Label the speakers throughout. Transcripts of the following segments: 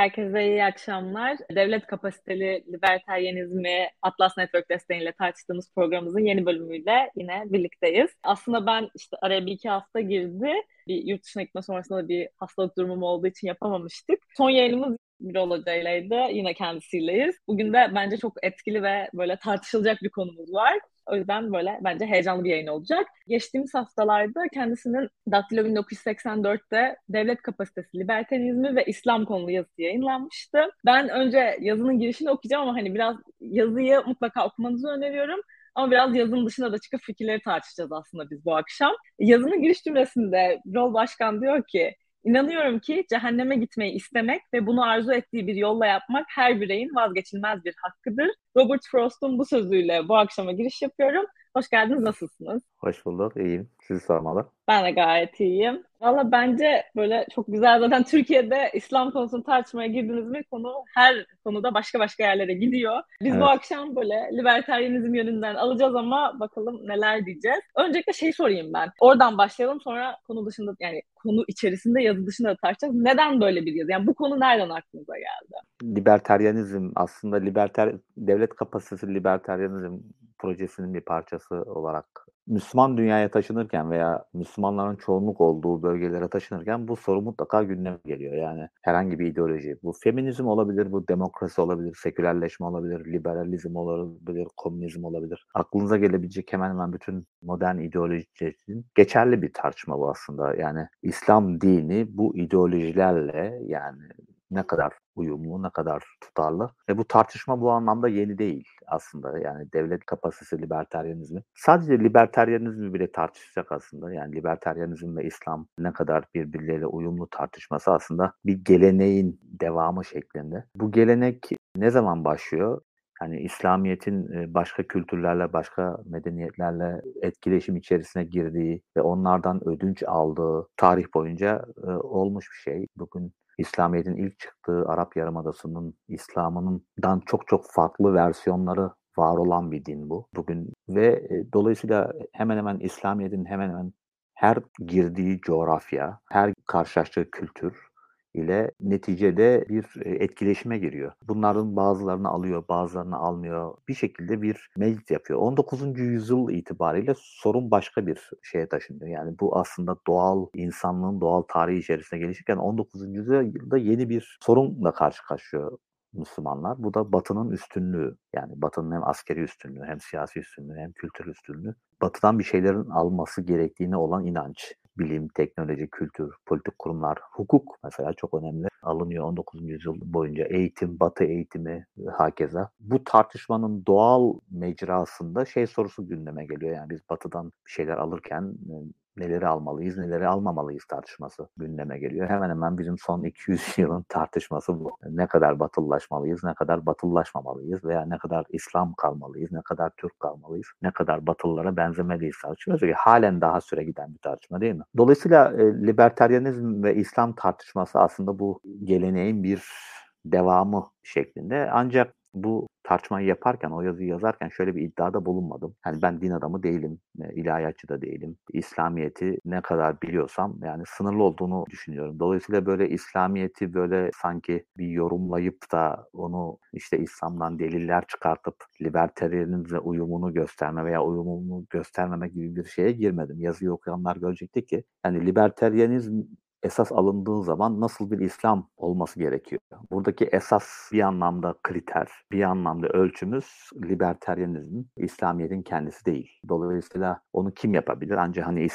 Speaker 1: Herkese iyi akşamlar. Devlet kapasiteli libertaryenizmi Atlas Network desteğiyle tartıştığımız programımızın yeni bölümüyle yine birlikteyiz. Aslında ben işte araya bir iki hafta girdi. Bir yurt dışına gitme sonrasında bir hastalık durumum olduğu için yapamamıştık. Son yayınımız Birol Hoca'ylaydı. Yine kendisiyleyiz. Bugün de bence çok etkili ve böyle tartışılacak bir konumuz var. O yüzden böyle bence heyecanlı bir yayın olacak. Geçtiğimiz haftalarda kendisinin Daktilo 1984'te Devlet Kapasitesi, Libertarianizmi ve İslam konulu yazısı yayınlanmıştı. Ben önce yazının girişini okuyacağım ama hani biraz yazıyı mutlaka okumanızı öneriyorum. Ama biraz yazının dışına da çıkıp fikirleri tartışacağız aslında biz bu akşam. Yazının giriş cümlesinde Rol Başkan diyor ki, İnanıyorum ki cehenneme gitmeyi istemek ve bunu arzu ettiği bir yolla yapmak her bireyin vazgeçilmez bir hakkıdır. Robert Frost'un bu sözüyle bu akşama giriş yapıyorum. Hoş geldiniz, nasılsınız?
Speaker 2: Hoş bulduk, iyiyim. Sizi sormalı.
Speaker 1: Ben de gayet iyiyim. Valla bence böyle çok güzel, zaten Türkiye'de İslam konusunu tartışmaya girdiğiniz bir konu her konuda başka başka yerlere gidiyor. Biz bu
Speaker 2: Evet,
Speaker 1: akşam böyle libertaryenizm yönünden alacağız ama bakalım neler diyeceğiz. Öncelikle şey sorayım ben. Oradan başlayalım, sonra konu dışında, yani konu içerisinde yazı dışında da tartışacağız. Neden böyle bir yazı? Yani bu konu nereden aklınıza geldi?
Speaker 2: liberteryanizm aslında devlet kapasitesi liberteryanizm projesinin bir parçası olarak Müslüman dünyaya taşınırken veya Müslümanların çoğunluk olduğu bölgelere taşınırken bu soru mutlaka gündeme geliyor. Yani herhangi bir ideoloji, bu feminizm olabilir, bu demokrasi olabilir, sekülerleşme olabilir, liberalizm olabilir, komünizm olabilir. Aklınıza gelebilecek hemen hemen bütün modern ideolojilerin geçerli bir tartışma bu aslında. Yani İslam dini bu ideolojilerle yani ne kadar uyumlu, ne kadar tutarlı. Bu tartışma bu anlamda yeni değil aslında. Yani devlet kapasitesi libertaryenizmi. Sadece libertaryenizmi bile tartışacak aslında. Yani libertaryenizm ve İslam ne kadar birbirleriyle uyumlu tartışması aslında bir geleneğin devamı şeklinde. Bu gelenek ne zaman başlıyor? Yani İslamiyet'in başka kültürlerle, başka medeniyetlerle etkileşim içerisine girdiği ve onlardan ödünç aldığı tarih boyunca olmuş bir şey. Bugün İslamiyet'in ilk çıktığı Arap Yarımadası'nın İslam'ından çok çok farklı versiyonları var olan bir din bu bugün ve dolayısıyla hemen hemen İslamiyet'in hemen hemen her girdiği coğrafya, her karşılaştığı kültür ile neticede bir etkileşime giriyor. Bunların bazılarını alıyor, bazılarını almıyor. Bir şekilde bir meclis yapıyor. 19. yüzyıl itibariyle sorun başka bir şeye taşınıyor. Yani bu aslında doğal insanlığın doğal tarihi içerisine gelişirken 19. yüzyılda yeni bir sorunla karşı karşıya Müslümanlar. Bu da Batı'nın üstünlüğü. Yani Batı'nın hem askeri üstünlüğü, hem siyasi üstünlüğü, hem kültür üstünlüğü. Batı'dan bir şeylerin alması gerektiğine olan inanç. Bilim, teknoloji, kültür, politik kurumlar, hukuk mesela çok önemli. Alınıyor 19. yüzyıl boyunca. Eğitim, Batı eğitimi hakeza. Bu tartışmanın doğal mecrasında şey sorusu gündeme geliyor. Yani biz Batı'dan bir şeyler alırken neleri almalıyız, neleri almamalıyız tartışması gündeme geliyor. Hemen hemen bizim son 200 yılın tartışması bu. Ne kadar batılılaşmalıyız, ne kadar batılılaşmamalıyız veya ne kadar İslam kalmalıyız, ne kadar Türk kalmalıyız, ne kadar Batılılara benzemeliyiz tartışması. Halen daha süre giden bir tartışma değil mi? Dolayısıyla libertaryenizm ve İslam tartışması aslında bu geleneğin bir devamı şeklinde. Ancak bu tartışmayı yaparken, o yazıyı yazarken şöyle bir iddiada bulunmadım. Yani ben din adamı değilim, ilahiyatçı da değilim. İslamiyet'i ne kadar biliyorsam yani sınırlı olduğunu düşünüyorum. Dolayısıyla böyle İslamiyet'i böyle sanki bir yorumlayıp da onu işte İslam'dan deliller çıkartıp libertarianizmle uyumunu gösterme veya uyumunu göstermeme gibi bir şeye girmedim. Yazıyı okuyanlar görecekti ki yani libertarianizm esas alındığı zaman nasıl bir İslam olması gerekiyor? Buradaki esas bir anlamda kriter, bir anlamda ölçümüz libertaryenizm, İslamiyet'in kendisi değil. Dolayısıyla onu kim yapabilir? Ancak hani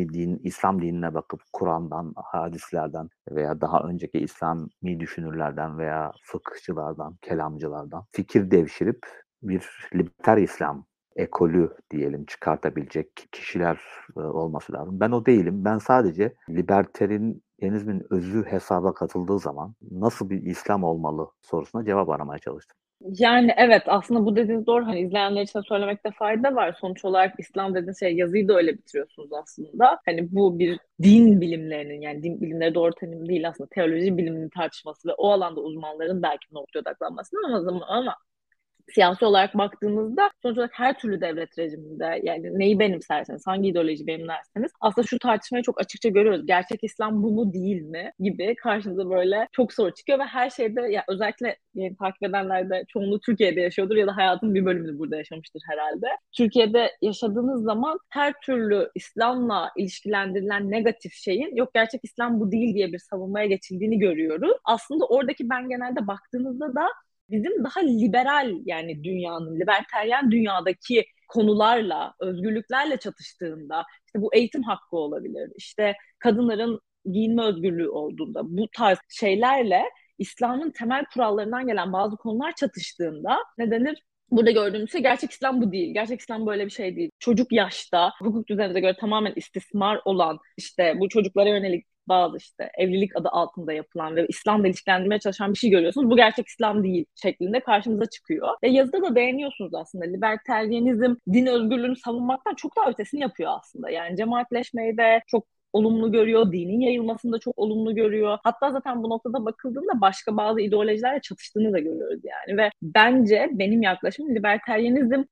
Speaker 2: İslam dinine bakıp Kur'an'dan, hadislerden veya daha önceki İslami düşünürlerden veya fıkıhçılardan, kelamcılardan fikir devşirip bir liberter İslam ekolü diyelim çıkartabilecek kişiler olması lazım. Ben o değilim. Ben sadece libertarianizmin özü hesaba katıldığı zaman nasıl bir İslam olmalı sorusuna cevap aramaya çalıştım.
Speaker 1: Yani evet, aslında bu dediğiniz doğru. Hani izleyenler için de söylemekte fayda var. Sonuç olarak İslam dediğiniz şey, yazıyı da öyle bitiriyorsunuz aslında. Hani bu bir din bilimlerinin, yani din bilimleri doğru tanım değil aslında, teoloji biliminin tartışması ve o alanda uzmanların belki bu noktaya odaklanması ama siyasi olarak baktığımızda sonuç olarak her türlü devlet rejiminde yani neyi benimserseniz, hangi ideoloji benimlerseniz aslında şu tartışmayı çok açıkça görüyoruz. Gerçek İslam bu mu değil mi gibi karşımıza böyle çok soru çıkıyor ve her şeyde ya özellikle yani takip edenler de çoğunluğu Türkiye'de yaşıyordur ya da hayatın bir bölümünü burada yaşamıştır herhalde. Türkiye'de yaşadığınız zaman her türlü İslam'la ilişkilendirilen negatif şeyin yok gerçek İslam bu değil diye bir savunmaya geçildiğini görüyoruz. Aslında oradaki ben genelde baktığınızda da bizim daha liberal yani dünyanın, liberteryen dünyadaki konularla, özgürlüklerle çatıştığında işte bu eğitim hakkı olabilir, işte kadınların giyinme özgürlüğü olduğunda bu tarz şeylerle İslam'ın temel kurallarından gelen bazı konular çatıştığında ne denir? Burada gördüğümüz şey gerçek İslam bu değil. Gerçek İslam böyle bir şey değil. Çocuk yaşta hukuk düzenimize göre tamamen istismar olan işte bu çocuklara yönelik bazı işte evlilik adı altında yapılan ve İslam'la ilişkilendirmeye çalışan bir şey görüyorsunuz. Bu gerçek İslam değil şeklinde karşımıza çıkıyor. Ve yazıda da beğeniyorsunuz aslında. Liberteryenizm din özgürlüğünü savunmaktan çok daha ötesini yapıyor aslında. Yani cemaatleşmeyi de çok olumlu görüyor, dinin yayılmasını da çok olumlu görüyor. Hatta zaten bu noktada bakıldığında başka bazı ideolojilerle çatıştığını da görüyoruz yani. Ve bence benim yaklaşımım liberteryenizm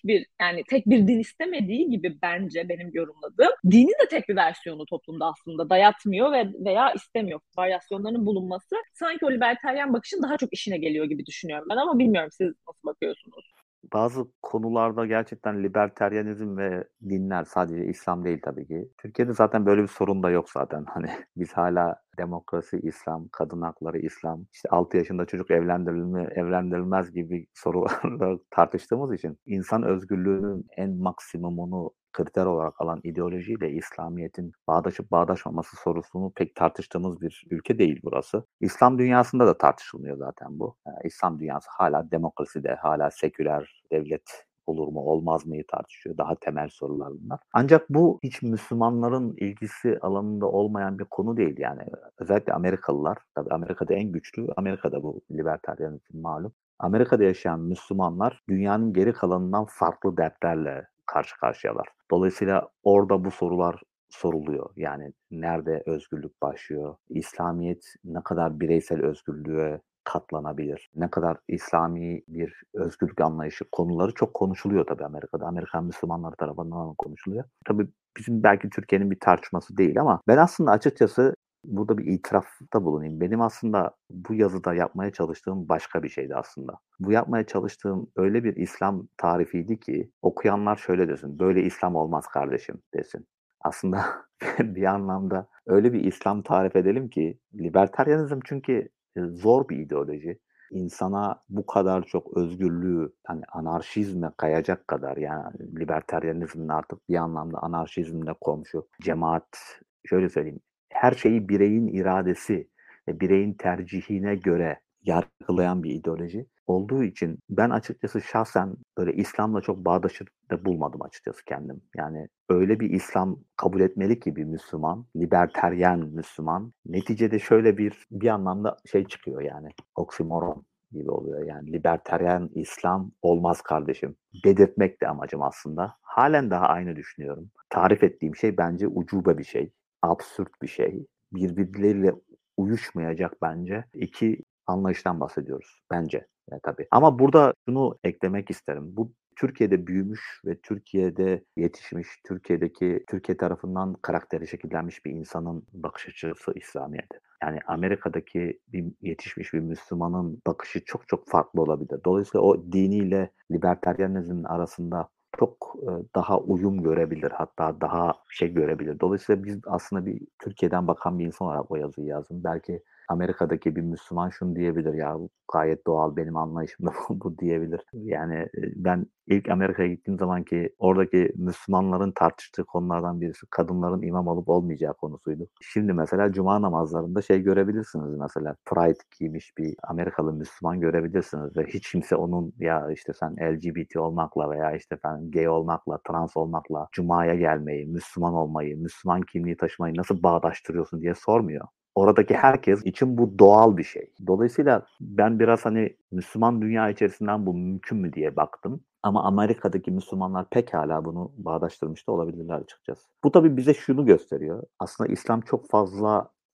Speaker 1: tek bir din istemediği gibi bence benim yorumladığım dini de tek bir versiyonu toplumda aslında dayatmıyor veya istemiyor. Varyasyonların bulunması sanki o liberteryen bakışın daha çok işine geliyor gibi düşünüyorum ben ama bilmiyorum siz nasıl bakıyorsunuz?
Speaker 2: Bazı konularda gerçekten liberteryanizm ve dinler sadece İslam değil tabii ki. Türkiye'de zaten böyle bir sorun da yok zaten. Hani biz hala demokrasi İslam, kadın hakları İslam, işte 6 yaşında çocuk evlendirilmez gibi sorularla tartıştığımız için insan özgürlüğünün en maksimumunu kriter olarak alan ideolojiyle İslamiyet'in bağdaşıp bağdaşmaması sorusunu pek tartıştığımız bir ülke değil burası. İslam dünyasında da tartışılmıyor zaten bu. İslam dünyası hala demokraside, hala seküler devlet olur mu olmaz mıyı tartışıyor. Daha temel sorular bunlar. Ancak bu hiç Müslümanların ilgisi alanında olmayan bir konu değil yani. Özellikle Amerikalılar, tabii Amerika'da en güçlü, Amerika'da bu libertaryenizm malum. Amerika'da yaşayan Müslümanlar dünyanın geri kalanından farklı dertlerle karşı karşıyalar. Dolayısıyla orada bu sorular soruluyor. Yani nerede özgürlük başlıyor? İslamiyet ne kadar bireysel özgürlüğe katlanabilir? Ne kadar İslami bir özgürlük anlayışı konuları çok konuşuluyor tabii Amerika'da. Amerikan Müslümanları tarafından konuşuluyor. Tabii bizim belki Türkiye'nin bir tartışması değil ama ben aslında açıkçası burada bir itirafta bulunayım. Benim aslında bu yazıda yapmaya çalıştığım başka bir şeydi aslında. Bu yapmaya çalıştığım öyle bir İslam tarifiydi ki okuyanlar şöyle desin, böyle İslam olmaz kardeşim desin. Aslında bir anlamda öyle bir İslam tarif edelim ki libertaryanizm çünkü zor bir ideoloji. İnsana bu kadar çok özgürlüğü hani anarşizme kayacak kadar yani libertaryanizmin artık bir anlamda anarşizmle komşu. Cemaat şöyle söyleyeyim her şeyi bireyin iradesi ve bireyin tercihine göre yargılayan bir ideoloji olduğu için ben açıkçası şahsen böyle İslam'la çok bağdaşık da bulmadım açıkçası kendim. Yani öyle bir İslam kabul etmeli ki bir Müslüman, liberteryen Müslüman. Neticede şöyle bir anlamda şey çıkıyor yani oksimoron gibi oluyor. Yani liberteryen İslam olmaz kardeşim. Dedirtmek de amacım aslında. Halen daha aynı düşünüyorum. Tarif ettiğim şey bence ucube bir şey. Absürt bir şey. Birbirleriyle uyuşmayacak bence. İki anlayıştan bahsediyoruz bence. Tabii. Ama burada şunu eklemek isterim. Bu Türkiye'de büyümüş ve Türkiye'de yetişmiş, Türkiye tarafından karakteri şekillenmiş bir insanın bakış açısı İslamiyet'e. Yani Amerika'daki yetişmiş bir Müslümanın bakışı çok çok farklı olabilir. Dolayısıyla o diniyle libertaryenizmin arasında çok daha uyum görebilir. Hatta daha şey görebilir. Dolayısıyla biz aslında bir Türkiye'den bakan bir insan olarak o yazıyı yazdım. Belki Amerika'daki bir Müslüman şunu diyebilir ya bu gayet doğal benim anlayışımda bu diyebilir. Yani ben ilk Amerika'ya gittiğim zaman ki oradaki Müslümanların tartıştığı konulardan birisi kadınların imam olup olmayacağı konusuydu. Şimdi mesela cuma namazlarında şey görebilirsiniz mesela Pride giymiş bir Amerikalı Müslüman görebilirsiniz ve hiç kimse onun ya işte sen LGBT olmakla veya işte efendim gay olmakla, trans olmakla cumaya gelmeyi, Müslüman olmayı, Müslüman kimliği taşımayı nasıl bağdaştırıyorsun diye sormuyor. Oradaki herkes için bu doğal bir şey. Dolayısıyla ben biraz hani Müslüman dünya içerisinden bu mümkün mü diye baktım. Ama Amerika'daki Müslümanlar pekala bunu bağdaştırmış da olabilirler açıkçası. Bu tabii bize şunu gösteriyor. Aslında İslam çok fazla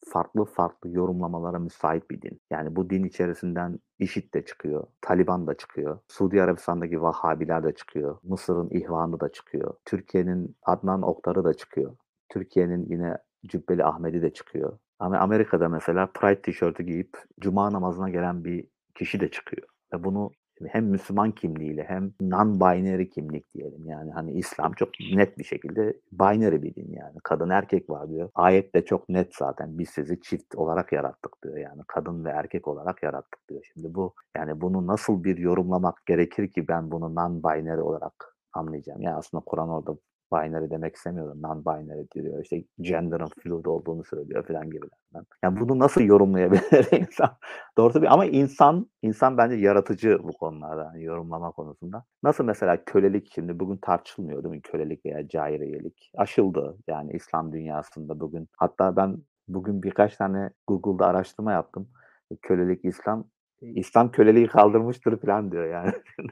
Speaker 2: farklı farklı yorumlamalara müsait bir din. Yani bu din içerisinden IŞİD de çıkıyor, Taliban da çıkıyor, Suudi Arabistan'daki Vahhabiler de çıkıyor, Mısır'ın İhvanı da çıkıyor, Türkiye'nin Adnan Oktar'ı da çıkıyor, Türkiye'nin yine Cübbeli Ahmet'i de çıkıyor. Ama Amerika'da mesela Pride tişörtü giyip Cuma namazına gelen bir kişi de çıkıyor. Ve bunu hem Müslüman kimliğiyle hem non-binary kimlik diyelim. Yani hani İslam çok net bir şekilde binary bir din yani. Kadın erkek var diyor. Ayet de çok net zaten. Biz sizi çift olarak yarattık diyor. Yani kadın ve erkek olarak yarattık diyor. Şimdi bu yani bunu nasıl bir yorumlamak gerekir ki ben bunu non-binary olarak anlayacağım. Yani aslında Kur'an orada binary demek istemiyorum. Non-binary diyor. İşte gender'ın fluid olduğunu söylüyor falan gibilerden. Yani bunu nasıl yorumlayabilir insan? Doğrusu bir ama insan bence yaratıcı bu konularda yani yorumlama konusunda. Nasıl mesela kölelik şimdi bugün tartışılmıyor değil mi? Kölelik veya cariyelik aşıldı yani İslam dünyasında bugün. Hatta ben bugün birkaç tane Google'da araştırma yaptım. Kölelik İslam köleliği kaldırmıştır falan diyor yani.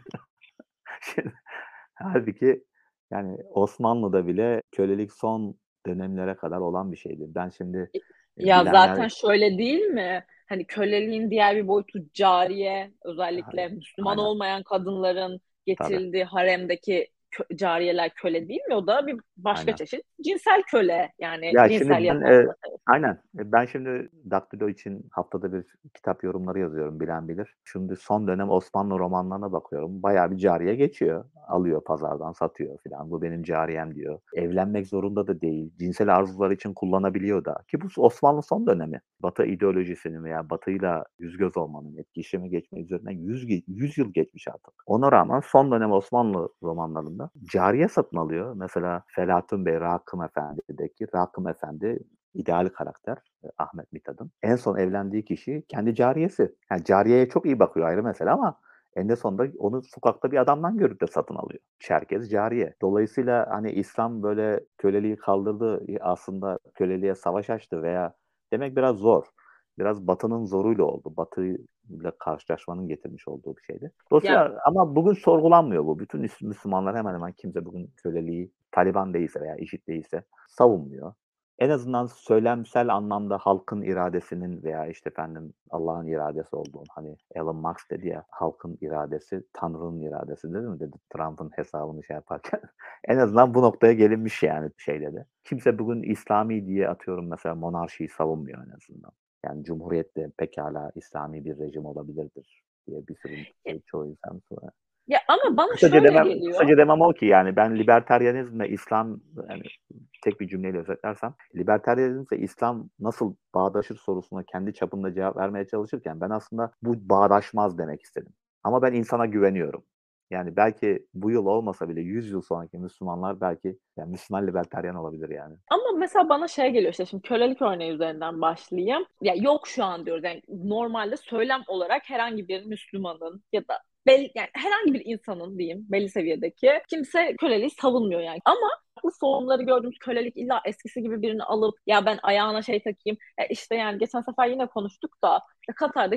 Speaker 2: Şimdi, halbuki yani Osmanlı'da bile kölelik son dönemlere kadar olan bir şeydi. Ben şimdi
Speaker 1: Ya
Speaker 2: bilenler
Speaker 1: zaten şöyle değil mi? Hani köleliğin diğer bir boyutu cariye, özellikle Müslüman
Speaker 2: aynen
Speaker 1: olmayan kadınların
Speaker 2: tabii
Speaker 1: getirildiği haremdeki cariyeler köle değil mi? O da bir başka
Speaker 2: aynen.
Speaker 1: cinsel cinsel köle, yani
Speaker 2: Ya
Speaker 1: cinsel
Speaker 2: şimdi ben
Speaker 1: yapay.
Speaker 2: aynen. Ben şimdi Daktilo için haftada bir kitap yorumları yazıyorum bilen bilir. Şimdi son dönem Osmanlı romanlarına bakıyorum. Bayağı bir cariye geçiyor. Alıyor pazardan satıyor filan. Bu benim cariyem diyor. Evlenmek zorunda da değil. Cinsel arzular için kullanabiliyor da. Ki bu Osmanlı son dönemi. Batı ideolojisinin veya Batı'yla yüz göz olmanın etkileşime geçme üzerinden 100 yıl geçmiş artık. Ona rağmen son dönem Osmanlı romanlarında cariye satın alıyor. Mesela Felatun Bey Rakım Efendi'deki Rakım Efendi ideal karakter Ahmet Mithat'ın. En son evlendiği kişi kendi cariyesi. Yani cariyeye çok iyi bakıyor ayrı mesele ama en sonunda onu sokakta bir adamdan görüp de satın alıyor. Çerkez cariye. Dolayısıyla hani İslam böyle köleliği kaldırdı aslında köleliğe savaş açtı veya demek biraz zor. Biraz Batı'nın zoruyla oldu. Batı ile karşılaşmanın getirmiş olduğu bir şeydi.
Speaker 1: Ya
Speaker 2: Dolayısıyla ama bugün sorgulanmıyor bu. Bütün Müslümanlar hemen hemen kimse bugün köleliği Taliban değilse veya IŞİD değilse savunmuyor. En azından söylemsel anlamda halkın iradesinin veya işte efendim Allah'ın iradesi olduğunu hani Elon Musk dedi ya halkın iradesi Tanrı'nın iradesi değil mi dedi Trump'ın hesabını şey yaparken. En azından bu noktaya gelinmiş yani şeyle de. Kimse bugün İslami diye atıyorum mesela monarşiyi savunmuyor en azından. Yani Cumhuriyet de pekala İslami bir rejim olabilirdir diye bir sürü çoğu insan söylüyor.
Speaker 1: ya ama bana
Speaker 2: Kısaca
Speaker 1: şöyle
Speaker 2: demem,
Speaker 1: geliyor.
Speaker 2: kısaca demem o ki yani ben libertaryanizmle İslam yani tek bir cümleyle özetlersem libertaryanizmle İslam nasıl bağdaşır sorusuna kendi çapında cevap vermeye çalışırken ben aslında bu bağdaşmaz demek istedim. Ama ben insana güveniyorum. Yani belki bu yıl olmasa bile 100 yıl sonraki Müslümanlar belki yani Müslüman libertaryen olabilir yani.
Speaker 1: Ama mesela bana şey geliyor, işte şimdi kölelik örneği üzerinden başlayayım. Ya yok şu an diyoruz, yani normalde söylem olarak herhangi bir Müslümanın ya da yani herhangi bir insanın diyeyim belli seviyedeki kimse köleliği savunmuyor yani. Ama bu sorunları gördüğümüz kölelik illa eskisi gibi birini alıp ya ben ayağına şey takayım. İşte yani geçen sefer yine konuştuk da işte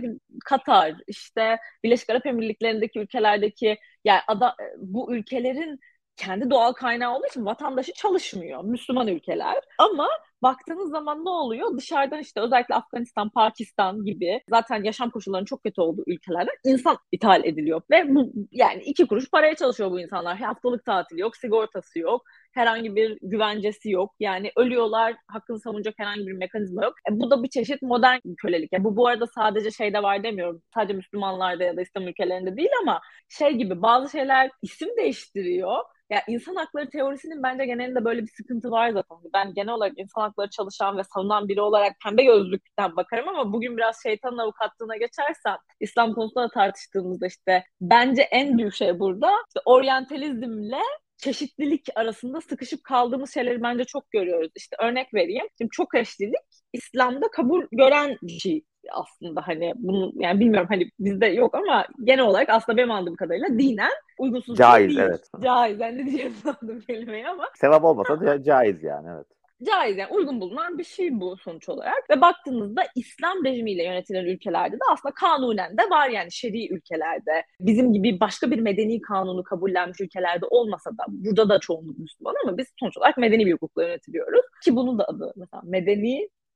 Speaker 1: Katar, işte Birleşik Arap Emirlikleri'ndeki ülkelerdeki yani bu ülkelerin kendi doğal kaynağı olduğu için vatandaşı çalışmıyor. Müslüman ülkeler. Ama baktığınız zaman ne oluyor? Dışarıdan işte özellikle Afganistan, Pakistan gibi zaten yaşam koşullarının çok kötü olduğu ülkelerden insan ithal ediliyor. Ve bu yani 2 kuruş paraya çalışıyor bu insanlar. Haftalık tatili yok, sigortası yok. Herhangi bir güvencesi yok. Yani ölüyorlar, hakkını savunacak herhangi bir mekanizma yok. Bu da bir çeşit modern kölelik. Yani bu arada sadece şeyde var demiyorum. Sadece Müslümanlarda ya da İslam ülkelerinde değil ama şey gibi bazı şeyler isim değiştiriyor. Ya insan hakları teorisinin bence genelinde böyle bir sıkıntı var zaten. Ben genel olarak insan hakları çalışan ve savunan biri olarak pembe gözlükten bakarım ama bugün biraz şeytanın avukatlığına geçersem İslam konusunda da tartıştığımızda işte bence en büyük şey burada işte oryantalizmle çeşitlilik arasında sıkışıp kaldığımız şeyleri bence çok görüyoruz. İşte örnek vereyim. Şimdi çok eşlilik İslam'da kabul gören bir şey aslında, hani bunu yani bilmiyorum hani bizde yok ama genel olarak aslında benim anladığım kadarıyla dinen uygunsuz bir şey
Speaker 2: Caiz
Speaker 1: değil.
Speaker 2: evet.
Speaker 1: Caiz. Ben ne diyeceğimi sandım kelimeyi ama
Speaker 2: Sevap olmasa da caiz yani evet.
Speaker 1: caiz, yani uygun bulunan bir şey bu sonuç olarak. Ve baktığınızda İslam rejimiyle yönetilen ülkelerde de aslında kanunen de var, yani şer'i ülkelerde. Bizim gibi başka bir medeni kanunu kabullenmiş ülkelerde olmasa da burada da çoğunluk Müslüman ama biz sonuç olarak medeni bir hukukla yönetiliyoruz. Ki bunun da adı mesela medeni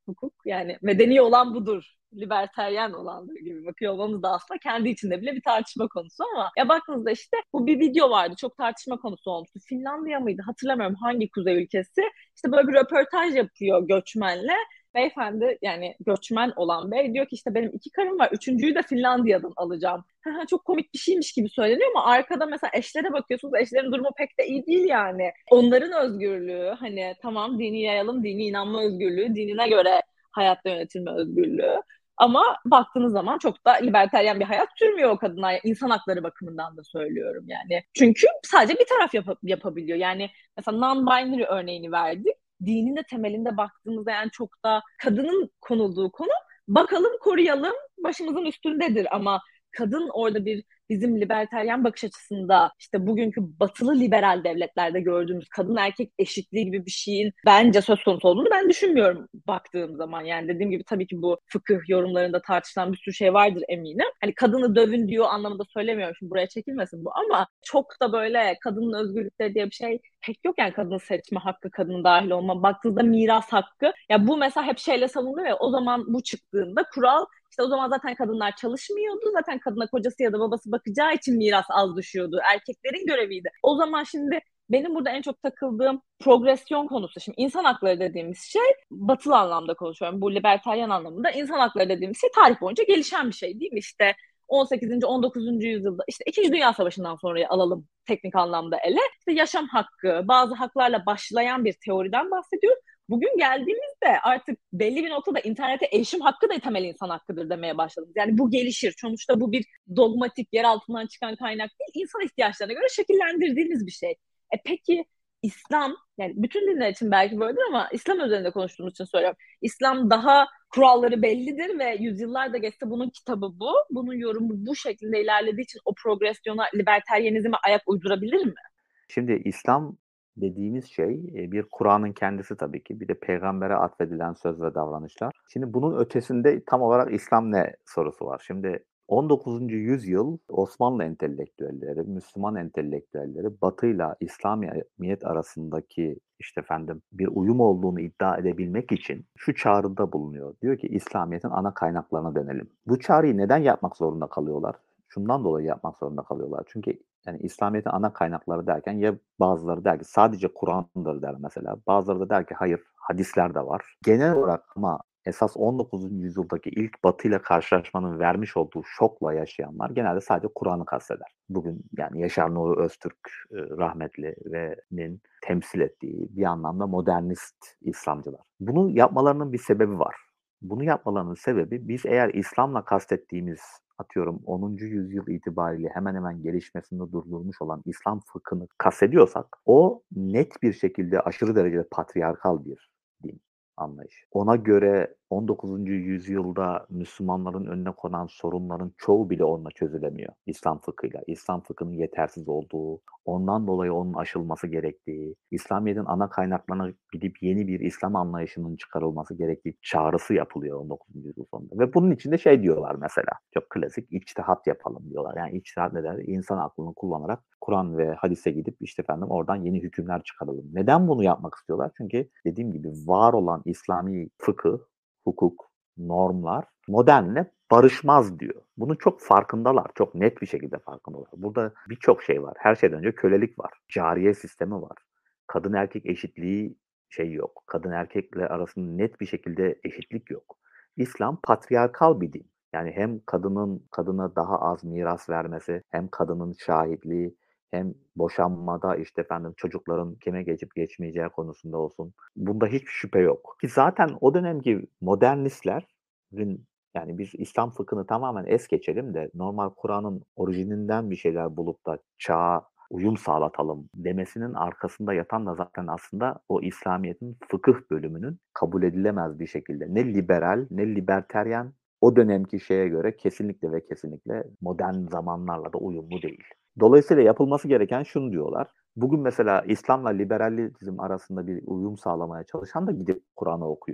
Speaker 1: hukuk. Yani medeni olan budur, liberteryen olandır gibi bakıyor olmamız da aslında kendi içinde bile bir tartışma konusu ama ya baktığınızda işte bu bir video vardı. Çok tartışma konusu olmuştu. Finlandiya mıydı? Hatırlamıyorum hangi kuzey ülkesi. İşte böyle bir röportaj yapıyor göçmenle. Beyefendi yani göçmen olan bey diyor ki işte benim 2 karım var. Üçüncüyü de Finlandiya'dan alacağım. Çok komik bir şeymiş gibi söyleniyor ama arkada mesela eşlere bakıyorsunuz. Eşlerin durumu pek de iyi değil yani. Onların özgürlüğü hani tamam dini yayalım, dini inanma özgürlüğü, dinine göre hayatta yönetilme özgürlüğü. Ama baktığınız zaman çok da libertaryen bir hayat sürmüyor o kadınlar. İnsan hakları bakımından da söylüyorum yani. Çünkü sadece bir taraf yapabiliyor. Yani mesela non-binary örneğini verdik. Dinin de temelinde baktığımızda yani çok da kadının konulduğu konu bakalım koruyalım başımızın üstündedir ama kadın orada bir bizim libertaryen bakış açısında işte bugünkü batılı liberal devletlerde gördüğümüz kadın erkek eşitliği gibi bir şeyin bence söz konusu olduğunu ben düşünmüyorum baktığım zaman. Yani dediğim gibi tabii ki bu fıkıh yorumlarında tartışılan bir sürü şey vardır eminim. Hani kadını dövün diyor anlamında söylemiyorum. Şimdi buraya çekilmesin bu ama çok da böyle kadının özgürlükleri diye bir şey pek yok yani kadının seçme hakkı, kadının dahil olma. Baktığınızda miras hakkı. Ya bu mesela hep şeyle savunuluyor ya o zaman bu çıktığında kural işte o zaman zaten kadınlar çalışmıyordu. Zaten kadına kocası ya da babası bakacağı için miras az düşüyordu. Erkeklerin göreviydi. O zaman şimdi benim burada en çok takıldığım progresyon konusu. Şimdi insan hakları dediğimiz şey batılı anlamda konuşuyorum. Bu libertaryen anlamında insan hakları dediğimiz şey tarih boyunca gelişen bir şey değil mi? İşte 18. 19. yüzyılda işte 2. Dünya Savaşı'ndan sonrayı alalım teknik anlamda ele. İşte yaşam hakkı, bazı haklarla başlayan bir teoriden bahsediyoruz. Bugün geldiğimizde artık belli bir noktada internete erişim hakkı da temel insan hakkıdır demeye başladım. Yani bu gelişir. Sonuçta bu bir dogmatik yer altından çıkan kaynak değil. İnsan ihtiyaçlarına göre şekillendirdiğimiz bir şey. Peki İslam, yani bütün dinler için belki böyledir ama İslam üzerinde konuştuğumuz için söylüyorum. İslam daha kuralları bellidir ve yüzyıllar da geçse bunun kitabı bu. Bunun yorumu bu şekilde ilerlediği için o progresyona, liberteryenizme ayak uydurabilir mi?
Speaker 2: Şimdi İslam dediğimiz şey bir Kur'an'ın kendisi tabii ki. Bir de peygambere atfedilen söz ve davranışlar. Şimdi bunun ötesinde tam olarak İslam ne sorusu var. Şimdi 19. yüzyıl Osmanlı entelektüelleri, Müslüman entelektüelleri Batı'yla İslamiyet arasındaki işte efendim bir uyum olduğunu iddia edebilmek için şu çağrıda bulunuyor. Diyor ki İslamiyet'in ana kaynaklarına dönelim. Bu çağrıyı neden yapmak zorunda kalıyorlar? Şundan dolayı yapmak zorunda kalıyorlar. Çünkü yani İslamiyet'in ana kaynakları derken ya bazıları der ki sadece Kur'an'dır der mesela. Bazıları da der ki hayır hadisler de var. Genel olarak ama esas 19. yüzyıldaki ilk Batı ile karşılaşmanın vermiş olduğu şokla yaşayanlar genelde sadece Kur'an'ı kasteder. Bugün yani Yaşar Nuri Öztürk rahmetli ve'nin temsil ettiği bir anlamda modernist İslamcılar. Bunu yapmalarının bir sebebi var. Bunu yapmalarının sebebi biz eğer İslam'la kastettiğimiz atıyorum 10. yüzyıl itibariyle hemen hemen gelişmesinde durdurmuş olan İslam fıkhını kastediyorsak o net bir şekilde aşırı derecede patriarkal bir din anlayış. Ona göre 19. yüzyılda Müslümanların önüne konan sorunların çoğu bile onunla çözülemiyor İslam fıkhıyla. İslam fıkhının yetersiz olduğu, ondan dolayı onun aşılması gerektiği, İslamiyet'in ana kaynaklarına gidip yeni bir İslam anlayışının çıkarılması gerektiği çağrısı yapılıyor 19. yüzyıl sonunda. Ve bunun için de şey diyorlar mesela, çok klasik içtihat yapalım diyorlar. Yani içtihat ne der? İnsan aklını kullanarak Kur'an ve hadise gidip işte efendim oradan yeni hükümler çıkaralım. Neden bunu yapmak istiyorlar? Çünkü dediğim gibi var olan İslami fıkıh, hukuk, normlar modernle barışmaz diyor. Bunun çok farkındalar. Çok net bir şekilde farkındalar. Burada birçok şey var. Her şeyden önce kölelik var. Cariye sistemi var. Kadın erkek eşitliği şey yok. Kadın erkekle arasında net bir şekilde eşitlik yok. İslam patriarkal bir din. Yani hem kadının kadına daha az miras vermesi, hem kadının şahitliği, hem boşanmada işte efendim çocukların kime geçip geçmeyeceği konusunda olsun. Bunda hiçbir şüphe yok. Ki zaten o dönemki modernistlerin yani biz İslam fıkhını tamamen es geçelim de normal Kur'an'ın orijininden bir şeyler bulup da çağa uyum sağlatalım demesinin arkasında yatan da zaten aslında o İslamiyet'in fıkıh bölümünün kabul edilemez bir şekilde ne liberal ne liberteryen o dönemki şeye göre kesinlikle ve kesinlikle modern zamanlarla da uyumlu değil. Dolayısıyla yapılması gereken şunu diyorlar. Bugün mesela İslam'la liberalizm arasında bir uyum sağlamaya çalışan da gidip Kur'an'ı okuyor.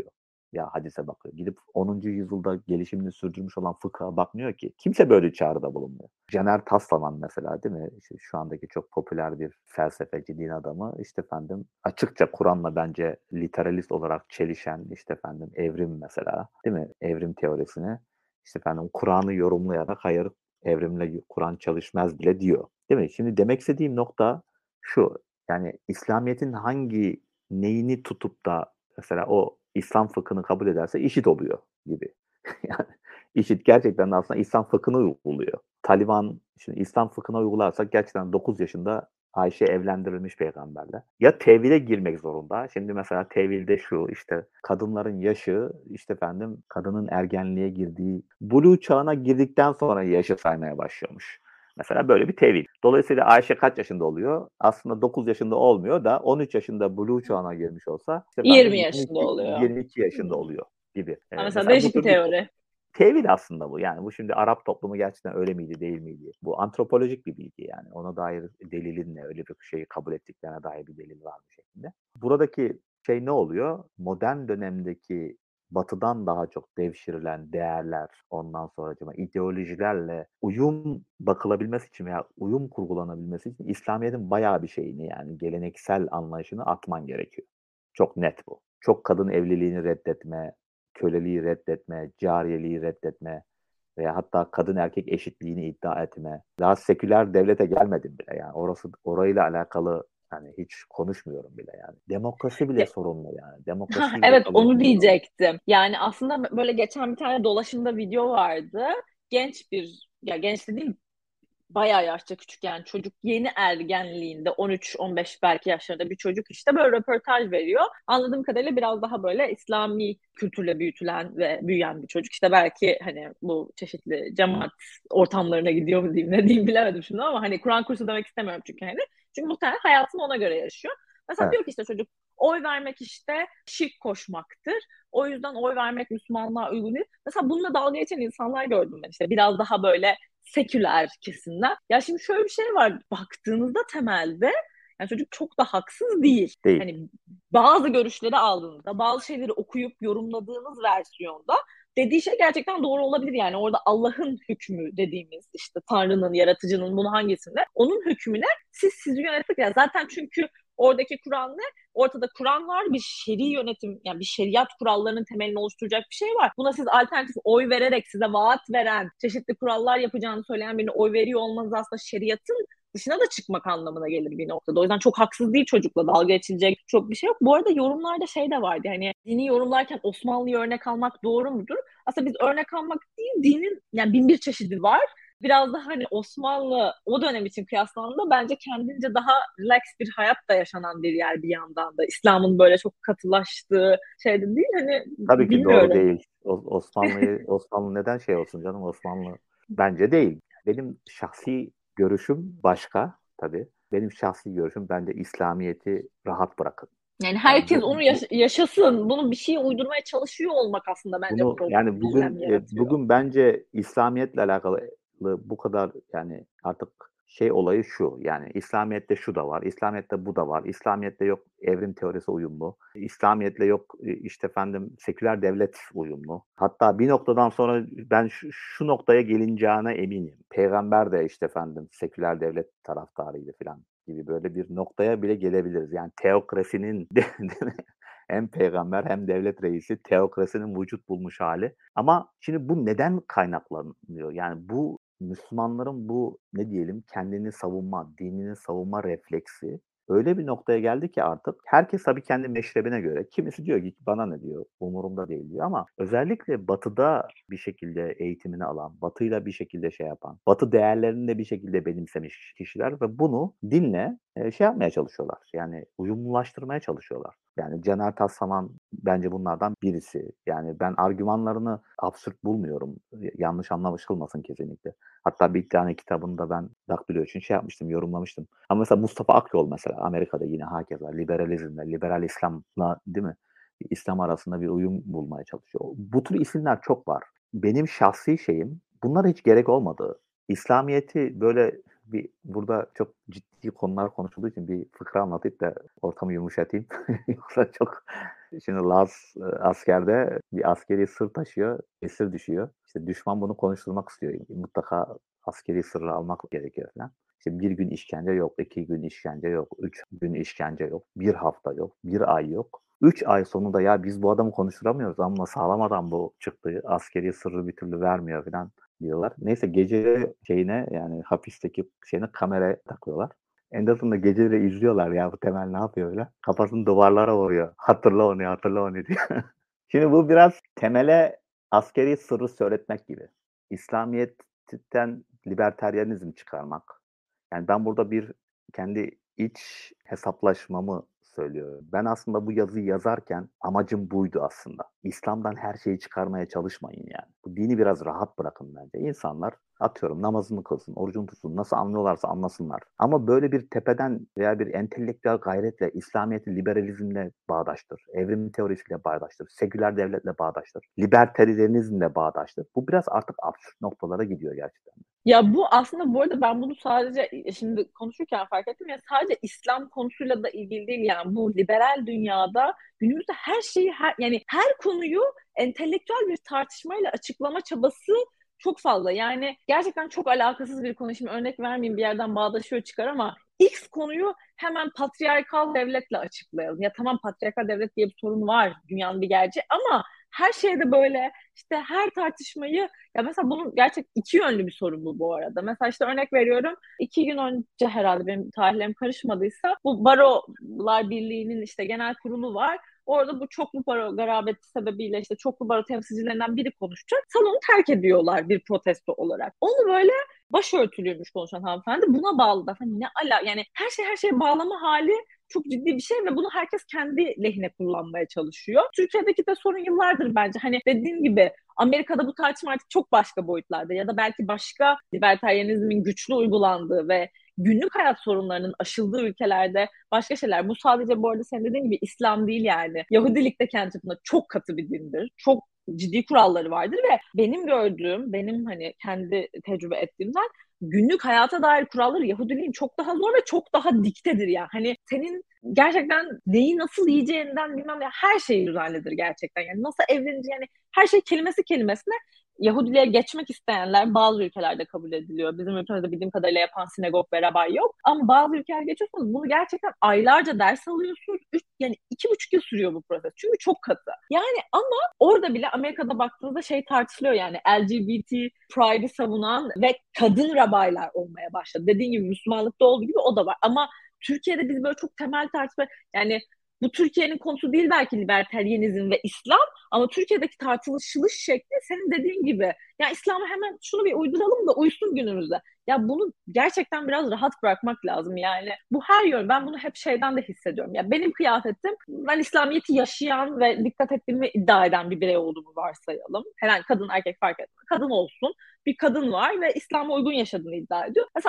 Speaker 2: ya hadise bakıyor. Gidip 10. yüzyılda gelişimini sürdürmüş olan fıkha bakmıyor ki. Kimse böyle çağrıda bulunmuyor. Caner Taslaman mesela, değil mi? İşte şu andaki çok popüler bir felsefeci, din adamı. İşte efendim açıkça Kur'an'la bence literalist olarak çelişen, işte efendim evrim mesela, değil mi? Evrim teorisini işte efendim Kur'an'ı yorumlayarak hayır, evrimle Kur'an çalışmaz bile diyor. Değil mi? Şimdi demek istediğim nokta şu. Yani İslamiyet'in neyini tutup da mesela o İslam fıkhını kabul ederse IŞİD oluyor gibi. Yani IŞİD gerçekten de aslında İslam fıkhını uyguluyor. Taliban, şimdi İslam fıkhına uygularsak gerçekten 9 yaşında Ayşe evlendirilmiş peygamberle. Ya tevhile girmek zorunda. Şimdi mesela tevilde şu, işte kadınların yaşı, işte efendim kadının ergenliğe girdiği, buluğ çağına girdikten sonra yaşı saymaya başlıyormuş. Mesela böyle bir tevil. Dolayısıyla Ayşe kaç yaşında oluyor? Aslında 9 yaşında olmuyor da 13 yaşında buluğ çağına girmiş olsa işte efendim
Speaker 1: 20 yaşında
Speaker 2: 22,
Speaker 1: oluyor.
Speaker 2: 22 yaşında oluyor gibi.
Speaker 1: Ha, mesela
Speaker 2: Mesela bu
Speaker 1: değişik bir
Speaker 2: tür bir
Speaker 1: teori.
Speaker 2: tevil aslında bu. Yani bu şimdi Arap toplumu gerçekten öyle miydi, değil miydi? Bu antropolojik bir bilgi yani. Ona dair delilin ne? Öyle bir şeyi kabul ettiklerine dair bir delil var mı şeklinde. Buradaki şey ne oluyor? Modern dönemdeki Batı'dan daha çok devşirilen değerler, ondan sonra ideolojilerle uyum bakılabilmesi için veya uyum kurgulanabilmesi için İslamiyet'in bayağı bir şeyini, yani geleneksel anlayışını atman gerekiyor. Çok net bu. Çok kadın evliliğini reddetme, köleliği reddetme, cariyeliği reddetme veya hatta kadın erkek eşitliğini iddia etme. Daha seküler devlete gelmedim bile yani. Orayla alakalı yani hiç konuşmuyorum bile yani. Demokrasi bile
Speaker 1: Ya,
Speaker 2: sorunlu yani. Demokrasiyi bile
Speaker 1: evet,
Speaker 2: kabul
Speaker 1: onu
Speaker 2: etmiyorlar.
Speaker 1: diyecektim. Yani aslında böyle geçen bir tane dolaşımda video vardı. Ya genç de değil, bayağı yaşça küçük, yani çocuk yeni ergenliğinde 13-15 belki yaşlarında bir çocuk işte böyle röportaj veriyor. Anladığım kadarıyla biraz daha böyle İslami kültürle büyütülen ve büyüyen bir çocuk. İşte belki hani bu çeşitli cemaat ortamlarına gidiyor mu diyeyim, ne diyeyim bilemedim şimdi, ama hani Kur'an kursu demek istemiyorum çünkü hani. Çünkü muhtemelen hayatını ona göre yaşıyor. Mesela
Speaker 2: Evet.
Speaker 1: diyor ki işte çocuk, oy vermek işte şirk koşmaktır. O yüzden oy vermek Müslümanlığa uygun değil. Mesela bununla dalga geçen insanlar gördüm ben, işte biraz daha böyle seküler kesimden. Ya şimdi şöyle bir şey var. Baktığınızda temelde yani çocuk çok da haksız değil.
Speaker 2: Değil.
Speaker 1: Hani bazı görüşleri aldığınızda, bazı şeyleri okuyup yorumladığınız versiyonda dediği şey gerçekten doğru olabilir. Yani orada Allah'ın hükmü dediğimiz, işte Tanrı'nın, yaratıcının, bunu hangisinde? Onun hükmüne sizi yönetmek. Yani zaten çünkü oradaki Kur'an ne? Ortada Kur'an var, bir şer'i yönetim, yani bir şeriat kurallarının temelini oluşturacak bir şey var. Buna siz alternatif oy vererek, size vaat veren, çeşitli kurallar yapacağını söyleyen birine oy veriyor olmanız aslında şeriatın dışına da çıkmak anlamına gelir bir noktada. O yüzden çok haksız değil, çocukla dalga geçilecek çok bir şey yok. Bu arada yorumlarda şey de vardı, hani dini yorumlarken Osmanlı'yı örnek almak doğru mudur? Aslında biz örnek almak değil, dinin yani bin bir çeşidi var. Biraz da hani Osmanlı o dönem için kıyaslandığında bence kendince daha relax bir hayat da yaşanan bir yer bir yandan da. İslam'ın böyle çok katılaştığı şey de değil, hani
Speaker 2: Tabii ki doğru
Speaker 1: bilmiyorum.
Speaker 2: değil. Osmanlı neden şey olsun canım, Osmanlı bence değil. Benim şahsi görüşüm başka tabii. Benim şahsi görüşüm, bence İslamiyet'i rahat bırakın.
Speaker 1: Yani
Speaker 2: Yani
Speaker 1: herkes onu yaşasın. Bunu bir şeye uydurmaya çalışıyor olmak aslında bence
Speaker 2: bunu yani
Speaker 1: problem yaratıyor.
Speaker 2: bugün bence İslamiyetle alakalı bu kadar, yani artık şey olayı şu, yani İslamiyet'te şu da var, İslamiyet'te bu da var, İslamiyet'te yok evrim teorisi uyumlu, İslamiyet'le yok işte efendim seküler devlet uyumlu. Hatta bir noktadan sonra ben şu noktaya gelineceğine eminim. Peygamber de işte efendim seküler devlet taraftarıydı falan gibi böyle bir noktaya bile gelebiliriz. Yani teokrasinin hem peygamber hem devlet reisi teokrasinin vücut bulmuş hali. Ama şimdi bu neden kaynaklanıyor? Yani bu Müslümanların bu ne diyelim kendini savunma, dinini savunma refleksi öyle bir noktaya geldi ki artık herkes tabii kendi meşrebine göre. Kimisi diyor ki bana ne diyor, umurumda değil diyor, ama özellikle Batı'da bir şekilde eğitimini alan, Batı'yla bir şekilde şey yapan, Batı değerlerini de bir şekilde benimsemiş kişiler ve bunu dinle şey yapmaya çalışıyorlar. Yani uyumlulaştırmaya çalışıyorlar. Yani Caner Taslaman bence bunlardan birisi. Yani ben argümanlarını absürt bulmuyorum. Yanlış anlaşılmasın kesinlikle. Hatta bir tane kitabında ben Daktilo için şey yapmıştım, yorumlamıştım. Ama mesela Mustafa Akyol mesela Amerika'da yine hakeza liberalizmle, liberal İslam'la, değil mi? İslam arasında bir uyum bulmaya çalışıyor. Bu tür isimler çok var. Benim şahsi şeyim, bunlara hiç gerek olmadı. İslamiyet'i böyle burada çok ciddi konular konuşulduğu için bir fıkra anlatıp da ortamı yumuşatayım. Yoksa çok Şimdi Laz askerde bir askeri sır taşıyor, esir düşüyor. İşte düşman bunu konuşturmak istiyor. Mutlaka askeri sırrı almak gerekiyor falan. İşte bir gün işkence yok, 2 gün işkence yok, 3 gün işkence yok, bir hafta yok, bir ay yok. 3 ay sonunda ya biz bu adamı konuşturamıyoruz ama sağlam adam bu çıktı. Askeri sırrı bir türlü vermiyor falan diyorlar. Neyse gece yani hapisteki kamera takıyorlar. Anderson'da geceleri izliyorlar ya bu Temel ne yapıyor öyle. Kafasını duvarlara vuruyor. Hatırla onu, hatırla onu diyor. Şimdi bu biraz Temel'e askeri sırrı söyletmek gibi. İslamiyet'ten libertaryenizm çıkarmak. Yani ben burada bir kendi iç hesaplaşmamı söylüyorum. Ben aslında bu yazıyı yazarken amacım buydu aslında. İslam'dan her şeyi çıkarmaya çalışmayın yani. Bu dini biraz rahat bırakın bence. İnsanlar atıyorum namazını kılsın, orucunu tutsun, nasıl anlıyorlarsa anlasınlar. Ama böyle bir tepeden veya bir entelektüel gayretle İslamiyet'i liberalizmle bağdaştır, evrim teorisiyle bağdaştır, seküler devletle bağdaştır, libertarianizmle bağdaştır. Bu biraz artık absürt noktalara gidiyor gerçekten.
Speaker 1: Ya bu aslında bu arada ben bunu sadece şimdi konuşurken fark ettim ya sadece İslam konusuyla da ilgili değil yani bu liberal dünyada günümüzde her şeyi yani her konuyu entelektüel bir tartışmayla açıklama çabası çok fazla. Yani gerçekten çok alakasız bir konu. Şimdi örnek vermeyeyim bir yerden bağdaşıyor çıkar ama X konuyu hemen patriarkal devletle açıklayalım. Ya tamam patriarkal devlet diye bir sorun var dünyanın bir gerçeği ama her şeyde böyle işte her tartışmayı ya mesela bunun gerçek iki yönlü bir sorun bu arada. Mesela işte örnek veriyorum 2 gün önce herhalde benim tarihlerim karışmadıysa bu Barolar Birliği'nin işte genel kurulu var. Orada bu çoklu baro garabeti sebebiyle işte çoklu baro temsilcilerinden biri konuşacak. Salonu terk ediyorlar bir protesto olarak. Onu böyle başörtülüymüş konuşan hanımefendi buna bağlı da. Hani ne yani her şeye bağlama hali çok ciddi bir şey ve bunu herkes kendi lehine kullanmaya çalışıyor. Türkiye'deki de sorun yıllardır bence. Hani dediğim gibi Amerika'da bu tartışma artık çok başka boyutlarda ya da belki başka libertaryenizmin güçlü uygulandığı ve günlük hayat sorunlarının aşıldığı ülkelerde başka şeyler. Bu sadece bu arada senin dediğin gibi İslam değil yani. Yahudilik de kendi çapında çok katı bir dindir. Çok ciddi kuralları vardır ve benim gördüğüm, benim hani kendi tecrübe ettiğimden günlük hayata dair kuralları Yahudiliğin çok daha zor ve çok daha diktedir ya. Hani senin gerçekten neyi nasıl yiyeceğinden bilmem ne her şey düzenlidir gerçekten. Yani nasıl evleneceğini yani her şey kelimesi kelimesine Yahudiliğe geçmek isteyenler bazı ülkelerde kabul ediliyor. Bizim ülkemizde bildiğim kadarıyla yapan sinagog ve rabay yok. Ama bazı ülkeler geçiyorsunuz bunu gerçekten aylarca ders alıyorsunuz. Yani 2,5 yıl sürüyor bu proses. Çünkü çok katı. Yani ama orada bile Amerika'da baktığınızda şey tartışılıyor yani LGBT pride'i savunan ve kadın rabaylar olmaya başladı. Dediğim gibi Müslümanlıkta olduğu gibi o da var. Ama Türkiye'de biz böyle çok temel tartışma yani bu Türkiye'nin konusu değil belki libertaryenizm ve İslam ama Türkiye'deki tartışılış şekli senin dediğin gibi. Ya İslam'a hemen şunu bir uyduralım da uysun günümüzde. Ya bunu gerçekten biraz rahat bırakmak lazım yani. Bu her yön. Ben bunu hep şeyden de hissediyorum. Ya benim kıyafetim ben İslamiyet'i yaşayan ve dikkat ettiğimi iddia eden bir birey olduğumu varsayalım. Herhangi kadın erkek fark etmez. Kadın olsun. Bir kadın var ve İslam'a uygun yaşadığını iddia ediyor. Mesela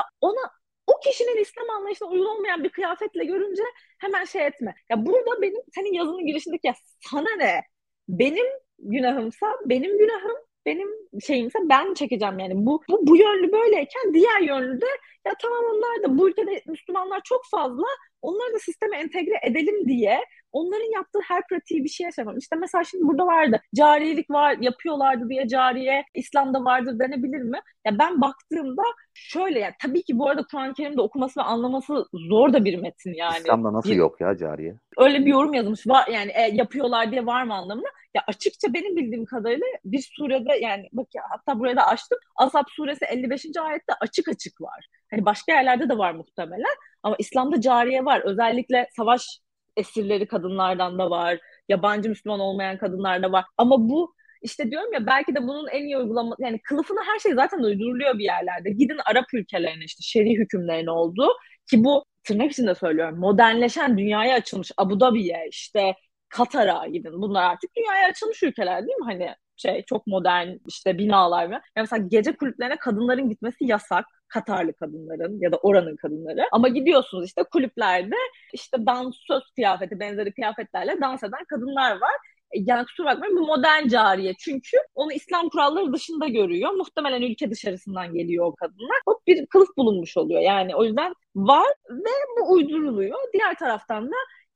Speaker 1: o kişinin İslam anlayışına uygun olmayan bir kıyafetle görünce hemen şey etme. Ya burada benim senin yazının girişindeki ya sana ne? Benim günahımsa benim günahım, benim şeyimse ben çekeceğim yani. Bu yönlü böyleyken diğer yönlü de ya tamam onlar da bu ülkede Müslümanlar çok fazla onları da sisteme entegre edelim diye onların yaptığı her pratiği bir şey yaşamam. İşte mesela şimdi burada vardı. Cariyelik var, yapıyorlardı diye cariye İslam'da vardır denebilir mi? Ya ben baktığımda şöyle yani tabii ki bu arada Kur'an-ı Kerim'de okuması ve anlaması zor da bir metin yani.
Speaker 2: İslam'da nasıl yok ya cariye?
Speaker 1: Öyle bir yorum yazmış var yani yapıyorlar diye var mı anlamına. Ya açıkça benim bildiğim kadarıyla bir surede yani bak ya, hatta buraya da açtım. Ashab suresi 55. ayette açık açık var. Hani başka yerlerde de var muhtemelen ama İslam'da cariye var. Özellikle savaş esirleri kadınlardan da var. Yabancı Müslüman olmayan kadınlarda var. Ama bu işte diyorum ya belki de bunun en iyi uygulaması yani kılıfına her şey zaten uyduruluyor bir yerlerde. Gidin Arap ülkelerine işte şer'i hükümlerin olduğu ki bu tırnak içinde söylüyorum modernleşen dünyaya açılmış Abu Dhabi'ye işte Katar'a gidin. Bunlar artık dünyaya açılmış ülkeler değil mi? Hani çok modern işte binalar ve yani mesela gece kulüplerine kadınların gitmesi yasak. Katarlı kadınların ya da oranın kadınları. Ama gidiyorsunuz işte kulüplerde işte dansöz kıyafeti benzeri kıyafetlerle dans eden kadınlar var. Yani kusura bakmayın bu modern cariye. Çünkü onu İslam kuralları dışında görüyor. Muhtemelen ülke dışarısından geliyor o kadınlar. O bir kılıf bulunmuş oluyor. Yani o yüzden var ve bu uyduruluyor. Diğer taraftan da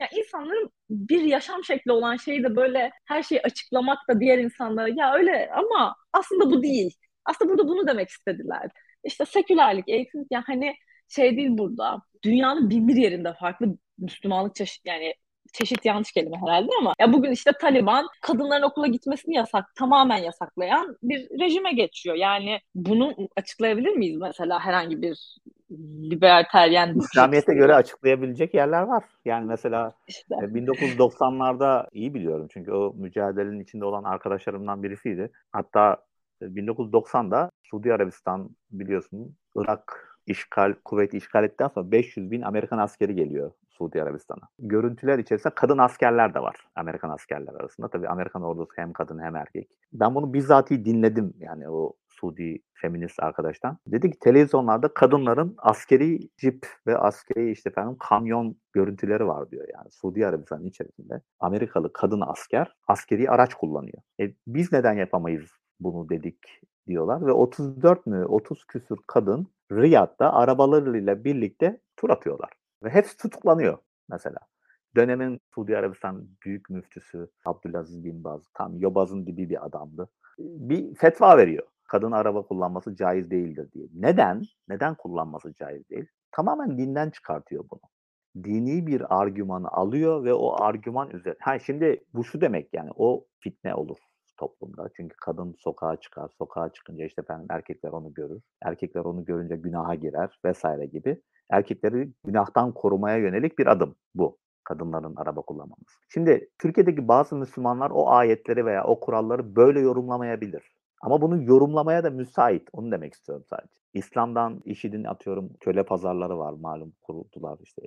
Speaker 1: Ya insanların bir yaşam şekli olan şeyi de böyle her şeyi açıklamak da diğer insanlara ya öyle ama aslında bu değil. Aslında burada bunu demek istediler. İşte sekülerlik, eğitim ya hani şey değil burada. Dünyanın bin bir yerinde farklı Müslümanlık çeşit yani çeşit yanlış kelime herhalde ama ya bugün işte Taliban kadınların okula gitmesini tamamen yasaklayan bir rejime geçiyor. Yani bunu açıklayabilir miyiz mesela herhangi bir libertaryen bakış
Speaker 2: İslamiyet'e göre
Speaker 1: açısıyla?
Speaker 2: açıklayabilecek yerler var. Yani mesela
Speaker 1: İşte
Speaker 2: 1990'larda iyi biliyorum çünkü o mücadelenin içinde olan arkadaşlarımdan birisiydi. Hatta 1990'da Suudi Arabistan biliyorsun Irak kuvveti işgal ettikten sonra 500 bin Amerikan askeri geliyor Suudi Arabistan'a. Görüntüler içerisinde kadın askerler de var Amerikan askerler arasında. Tabii Amerikan ordusu hem kadın hem erkek. Ben bunu bizzatihi dinledim yani o Suudi feminist arkadaştan. Dedi ki televizyonlarda kadınların askeri cip ve askeri işte efendim kamyon görüntüleri var diyor yani Suudi Arabistan'ın içerisinde. Amerikalı kadın asker askeri araç kullanıyor. Biz neden yapamayız bunu dedik diyorlar ve 34 mü 30 küsur kadın Riyad'da arabalarıyla birlikte tur atıyorlar. Ve hepsi tutuklanıyor mesela. Dönemin Suudi Arabistan Büyük Müftüsü Abdülaziz bin Baz, tam yobazın dibi bir adamdı. Bir fetva veriyor. Kadın araba kullanması caiz değildir diye. Neden? Neden kullanması caiz değil? Tamamen dinden çıkartıyor bunu. Dini bir argümanı alıyor ve o argüman üzerine. Ha şimdi bu şu demek yani o fitne olur toplumda. Çünkü kadın sokağa çıkar. Sokağa çıkınca işte efendim erkekler onu görür. Erkekler onu görünce günaha girer vesaire gibi. Erkekleri günahtan korumaya yönelik bir adım bu. Kadınların araba kullanmamız. Şimdi Türkiye'deki bazı Müslümanlar o ayetleri veya o kuralları böyle yorumlamayabilir. Ama bunu yorumlamaya da müsait. Onu demek istiyorum sadece. İslam'dan IŞİD'in atıyorum köle pazarları var malum kuruldular. İşte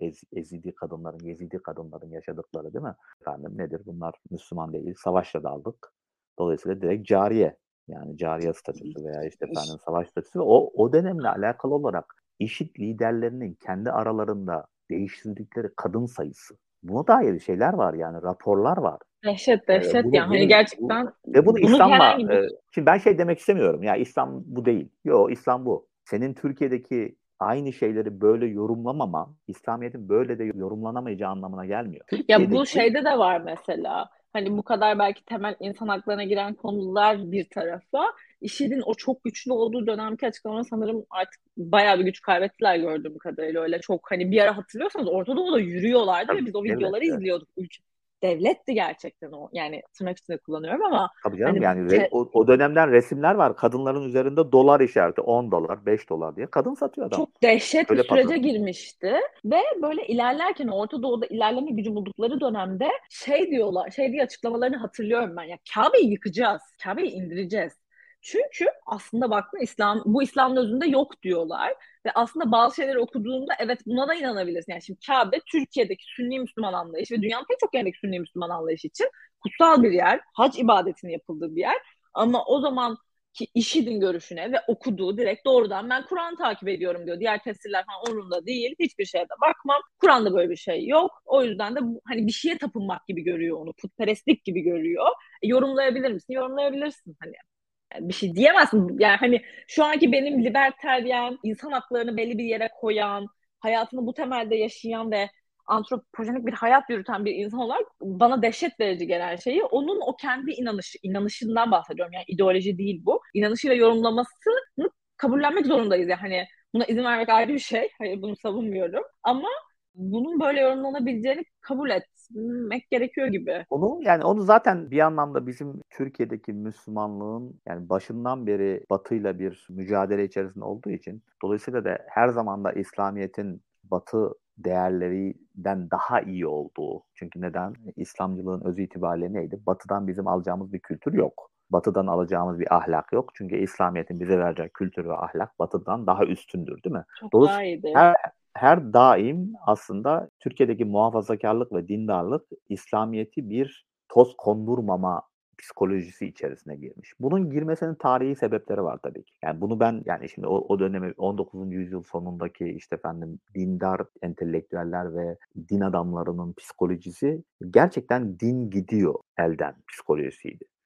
Speaker 2: Yezidi kadınların yaşadıkları değil mi? Efendim nedir bunlar Müslüman değil. Savaşla da aldık. Dolayısıyla direkt cariye. Yani cariye statüsü veya işte efendim savaş statüsü. O dönemle alakalı olarak IŞİD liderlerinin kendi aralarında değiştirdikleri kadın sayısı. Buna dair şeyler var yani raporlar var.
Speaker 1: dehşet
Speaker 2: Ee,
Speaker 1: dehşet
Speaker 2: bunu
Speaker 1: yani hani
Speaker 2: bunu
Speaker 1: gerçekten
Speaker 2: ve bunu
Speaker 1: bunu
Speaker 2: İslam'la
Speaker 1: herhangi bir
Speaker 2: şimdi ben şey demek istemiyorum. Ya İslam bu değil. Yok İslam bu. Senin Türkiye'deki aynı şeyleri böyle yorumlamaman, İslamiyet'in böyle de yorumlanamayacağı anlamına gelmiyor.
Speaker 1: ya bu
Speaker 2: Türkiye'deki
Speaker 1: şeyde de var mesela hani bu kadar belki temel insan haklarına giren konular bir tarafa IŞİD'in o çok güçlü olduğu dönemki açıklama sanırım artık bayağı bir güç kaybettiler gördüğüm kadarıyla öyle çok hani bir ara hatırlıyorsanız Orta Doğu'da yürüyorlardı ve
Speaker 2: tabii,
Speaker 1: biz o
Speaker 2: evet,
Speaker 1: videoları
Speaker 2: evet.
Speaker 1: izliyorduk. Devletti gerçekten o yani tırnak içinde kullanıyorum ama
Speaker 2: Tabii canım
Speaker 1: hani
Speaker 2: yani o dönemden resimler var. Kadınların üzerinde dolar işareti 10 dolar, 5 dolar diye kadın satıyor adam.
Speaker 1: çok dehşet bir
Speaker 2: Öyle
Speaker 1: sürece
Speaker 2: pazarında.
Speaker 1: girmişti ve böyle ilerlerken Orta Doğu'da ilerleme gücü buldukları dönemde şey diyorlar, şey diye açıklamalarını hatırlıyorum ben ya Kabe'yi yıkacağız, Kabe'yi indireceğiz. Çünkü aslında baktın bu İslam'ın özünde yok diyorlar ve aslında bazı şeyleri okuduğunda evet buna da inanabilirsin. Yani şimdi Kabe Türkiye'deki Sünni Müslüman anlayışı ve dünyanın pek çok yerindeki Sünni Müslüman anlayışı için kutsal bir yer, hac ibadetinin yapıldığı bir yer. Ama o zaman ki IŞİD'in görüşüne ve okuduğu direkt doğrudan ben Kur'an takip ediyorum diyor. Diğer tefsirler falan umurumda değil. Hiçbir şeye de bakmam. Kur'an'da böyle bir şey yok. O yüzden de hani bir şeye tapınmak gibi görüyor onu. Putperestlik gibi görüyor. Yorumlayabilir misin? Yorumlayabilirsin hani. Yani bir şey diyemezsin. Yani hani şu anki benim liberteryen, insan haklarını belli bir yere koyan, hayatını bu temelde yaşayan ve antropojenik bir hayat yürüten bir insan olarak bana dehşet verici gelen şeyi onun o kendi inanışından bahsediyorum. Yani ideoloji değil bu. İnanışıyla yorumlamasını kabullenmek zorundayız. Yani hani buna izin vermek ayrı bir şey. Hayır bunu savunmuyorum. Ama bunun böyle yorumlanabileceğini kabul etmek gerekiyor gibi.
Speaker 2: Onu zaten bir anlamda bizim Türkiye'deki Müslümanlığın yani başından beri Batı'yla bir mücadele içerisinde olduğu için dolayısıyla da her zaman da İslamiyet'in Batı değerlerinden daha iyi olduğu. Çünkü neden? İslamcılığın özü itibariyle neydi? Batı'dan bizim alacağımız bir kültür yok. Batı'dan alacağımız bir ahlak yok. Çünkü İslamiyet'in bize vereceği kültür ve ahlak Batı'dan daha üstündür, değil mi?
Speaker 1: Çok daha
Speaker 2: Dolayısıyla
Speaker 1: iyidir.
Speaker 2: her daim aslında Türkiye'deki muhafazakarlık ve dindarlık İslamiyet'i bir toz kondurmama psikolojisi içerisine girmiş. Bunun girmesinin tarihi sebepleri var tabii ki. Yani bunu ben yani şimdi o dönemi 19. yüzyıl sonundaki işte efendim dindar entelektüeller ve din adamlarının psikolojisi gerçekten din gidiyor elden psikolojisiydi.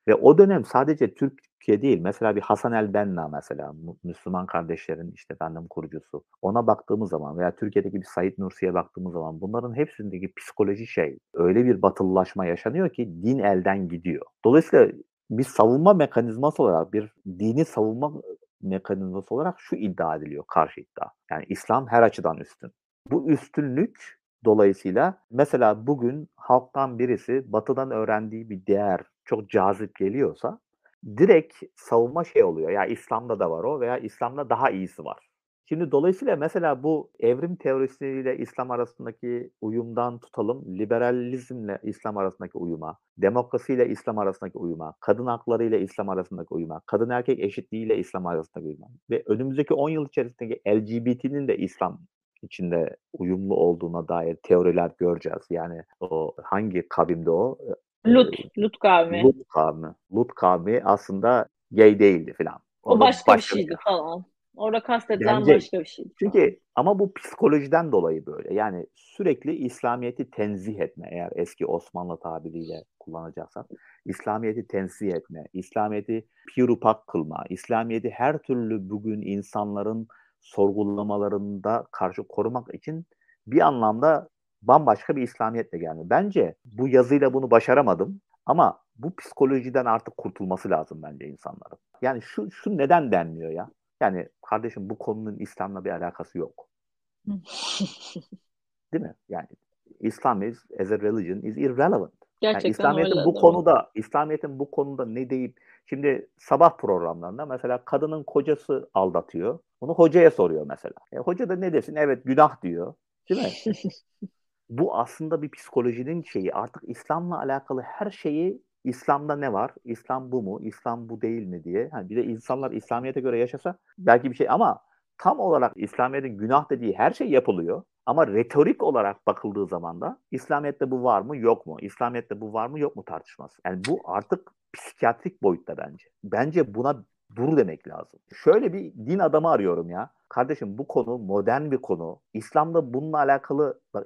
Speaker 2: Ve o dönem sadece Türkiye değil. Mesela bir Hasan el-Benna mesela Müslüman kardeşlerin işte efendim kurucusu. Ona baktığımız zaman veya Türkiye'deki bir Said Nursi'ye baktığımız zaman bunların hepsindeki psikoloji öyle bir batılılaşma yaşanıyor ki din elden gidiyor. Dolayısıyla bir savunma mekanizması olarak, bir dini savunma mekanizması olarak şu iddia ediliyor, karşı iddia. Yani İslam her açıdan üstün. Bu üstünlük dolayısıyla mesela bugün halktan birisi batıdan öğrendiği bir değer çok cazip geliyorsa direkt savunma oluyor. Ya İslam'da da var o veya İslam'da daha iyisi var. Şimdi dolayısıyla mesela bu evrim teorisiyle İslam arasındaki uyumdan tutalım, liberalizmle İslam arasındaki uyuma, demokrasiyle İslam arasındaki uyuma, kadın haklarıyla İslam arasındaki uyuma, kadın erkek eşitliğiyle İslam arasındaki uyuma ve önümüzdeki 10 yıl içerisindeki LGBT'nin de İslam içinde uyumlu olduğuna dair teoriler göreceğiz. Yani o hangi kavimde o?
Speaker 1: Lut kavmi.
Speaker 2: Lut kavmi. Lut kavmi aslında gay değildi filan.
Speaker 1: O
Speaker 2: Onu
Speaker 1: başka bir
Speaker 2: başka bir şey.
Speaker 1: şeydi falan. Orada kastedilen
Speaker 2: Bence
Speaker 1: başka bir şeydi falan.
Speaker 2: çünkü ama bu psikolojiden dolayı böyle. Yani sürekli İslamiyet'i tenzih etme, eğer eski Osmanlı tabiriyle kullanacaksak. İslamiyet'i tenzih etme, İslamiyet'i pür pak kılma, İslamiyet'i her türlü bugün insanların sorgulamalarında karşı korumak için bir anlamda bambaşka bir İslamiyetle geldi. Bence bu yazıyla bunu başaramadım ama bu psikolojiden artık kurtulması lazım bence insanların. Yani şu neden denmiyor ya? Yani kardeşim bu konunun İslam'la bir alakası yok. Değil mi? Yani İslam as a religion is irrelevant. Yani
Speaker 1: Gerçekten
Speaker 2: İslamiyet'in
Speaker 1: öyle
Speaker 2: bu
Speaker 1: değil mi?
Speaker 2: konuda ne deyip şimdi sabah programlarında mesela kadının kocası aldatıyor. Bunu hocaya soruyor mesela. Hoca da ne desin? Evet günah diyor. Değil mi? Bu aslında bir psikolojinin Artık İslam'la alakalı her şeyi İslam'da ne var? İslam bu mu? İslam bu değil mi diye. Bir de insanlar İslamiyet'e göre yaşasa belki bir şey ama tam olarak İslamiyet'in günah dediği her şey yapılıyor. Ama retorik olarak bakıldığı zaman da İslamiyet'te bu var mı yok mu? İslamiyet'te bu var mı yok mu tartışması. Yani bu artık psikiyatrik boyutta bence. Bence buna dur demek lazım. Şöyle bir din adamı arıyorum ya. Kardeşim bu konu modern bir konu. İslam'da bununla alakalı bak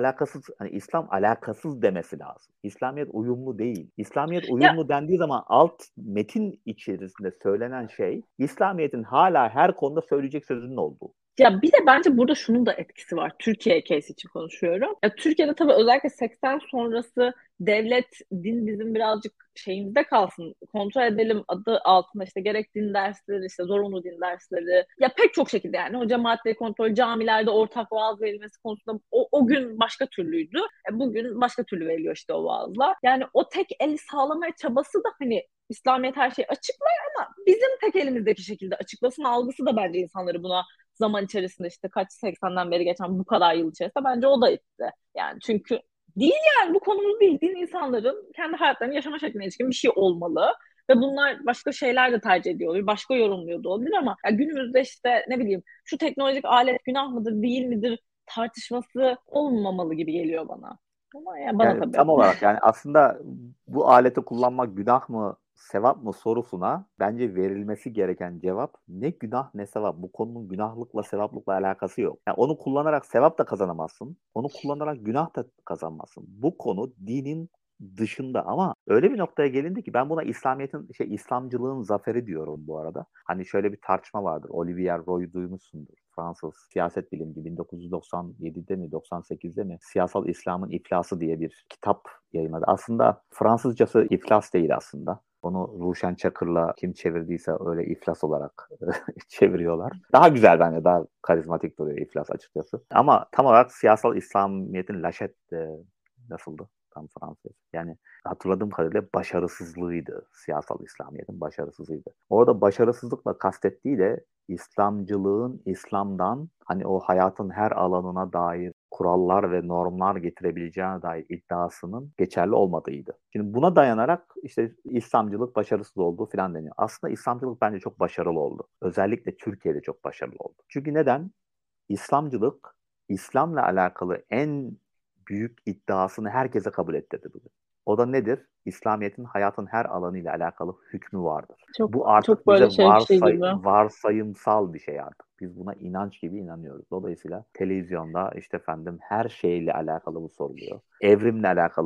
Speaker 2: İslam alakasız demesi lazım. İslamiyet uyumlu değil. İslamiyet
Speaker 1: Ya
Speaker 2: uyumlu dendiği zaman alt metin içerisinde söylenen İslamiyet'in hala her konuda söyleyecek sözünün olduğu.
Speaker 1: Ya bir de bence burada şunun da etkisi var. Türkiye case için konuşuyorum. Ya Türkiye'de tabii özellikle 80 sonrası devlet, din bizim birazcık şeyimizde kalsın. Kontrol edelim adı altında işte gerek din dersleri, işte zorunlu din dersleri. Ya pek çok şekilde yani o cemaatleri kontrol, camilerde ortak vaaz verilmesi konusunda o gün başka türlüydü. Bugün başka türlü veriliyor işte o vaazlar. Yani o tek eli sağlamaya çabası da hani İslamiyet her şeyi açıklar ama bizim tek elimizdeki şekilde açıklasın algısı da bence insanları buna zaman içerisinde işte kaç 80'den beri geçen bu kadar yıl içerisinde bence o da itti. Yani çünkü değil yani bu konumuz değil. Din insanların kendi hayatlarını yaşama şekline ilişkin bir şey olmalı. Ve bunlar başka şeyler de tercih ediyor olabilir. Başka yorumluyor da olabilir ama ya günümüzde işte ne bileyim şu teknolojik alet günah mıdır değil midir tartışması olmamalı gibi geliyor bana. Ama ya bana
Speaker 2: Yani
Speaker 1: tabii.
Speaker 2: tam olarak aslında bu aleti kullanmak günah mı, sevap mı sorusuna bence verilmesi gereken cevap ne günah ne sevap. Bu konunun günahlıkla, sevaplıkla alakası yok. Yani onu kullanarak sevap da kazanamazsın. Onu kullanarak günah da kazanmazsın. Bu konu dinin dışında ama öyle bir noktaya gelindi ki ben buna İslamcılığın zaferi diyorum bu arada. Hani şöyle bir tartışma vardır. Olivier Roy'u duymuşsundur. Fransız siyaset bilimci 1997'de mi 98'de mi Siyasal İslam'ın İflası diye bir kitap yayınladı. Aslında Fransızcası iflas değil aslında. Onu Ruşen Çakır'la kim çevirdiyse öyle iflas olarak çeviriyorlar. Daha güzel bence, daha karizmatik duruyor iflas açıkçası. Ama tam olarak siyasal İslamiyet'in laşet nasıldı? Tam Fransız. Yani hatırladığım kadarıyla başarısızlığıydı. Siyasal İslamiyet'in başarısızlığıydı. Orada başarısızlıkla kastettiği de İslamcılığın İslam'dan hani o hayatın her alanına dair kurallar ve normlar getirebileceğine dair iddiasının geçerli olmadığıydı. Şimdi buna dayanarak işte İslamcılık başarısız olduğu falan deniyor. Aslında İslamcılık bence çok başarılı oldu. Özellikle Türkiye'de çok başarılı oldu. Çünkü neden? İslamcılık İslam'la alakalı en büyük iddiasını herkese kabul ettirdi bugün. O da nedir? İslamiyet'in hayatın her alanıyla alakalı hükmü vardır.
Speaker 1: Çok
Speaker 2: Bu artık
Speaker 1: çok
Speaker 2: bize
Speaker 1: böyle bir şey gibi.
Speaker 2: varsayımsal bir şey artık. Biz buna inanç gibi inanıyoruz. Dolayısıyla televizyonda işte efendim her şeyle alakalı bu soruluyor. Evrimle alakalı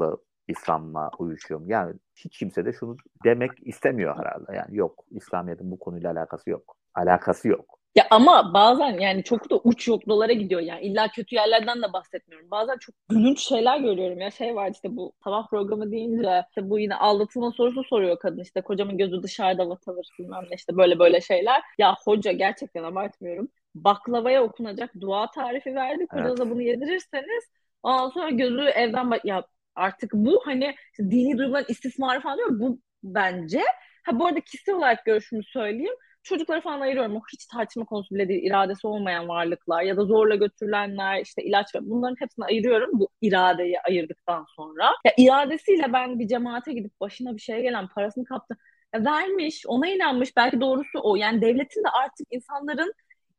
Speaker 2: İslam'la uyuşuyor mu? Yani hiç kimse de şunu demek istemiyor herhalde. Yani yok, İslamiyet'in bu konuyla alakası yok. Alakası yok.
Speaker 1: Ya ama bazen yani çok da uç noktalara gidiyor yani. İlla kötü yerlerden de bahsetmiyorum. Bazen çok gülünç şeyler görüyorum. Ya şey var işte bu sabah programı deyince işte bu yine aldatılma sorusu soruyor kadın. İşte kocamın gözü dışarıda vatılır bilmem ne işte böyle böyle şeyler. Ya hoca gerçekten abartmıyorum. Baklavaya okunacak dua tarifi verdi.
Speaker 2: Evet.
Speaker 1: Kocanıza bunu yedirirseniz ondan sonra gözü evden ya artık bu hani işte dini duyguların istismarı falan diyor. Bu bence. Ha bu arada kişisel olarak görüşümü söyleyeyim. Çocukları falan ayırıyorum. O hiç tartışma konusu bile değil. İradesi olmayan varlıklar ya da zorla götürülenler, işte ilaç ve bunların hepsini ayırıyorum bu iradeyi ayırdıktan sonra. Ya iradesiyle ben bir cemaate gidip başına bir şey gelen parasını kaptı. Ya vermiş, ona inanmış. Belki doğrusu o. Yani devletin de artık insanların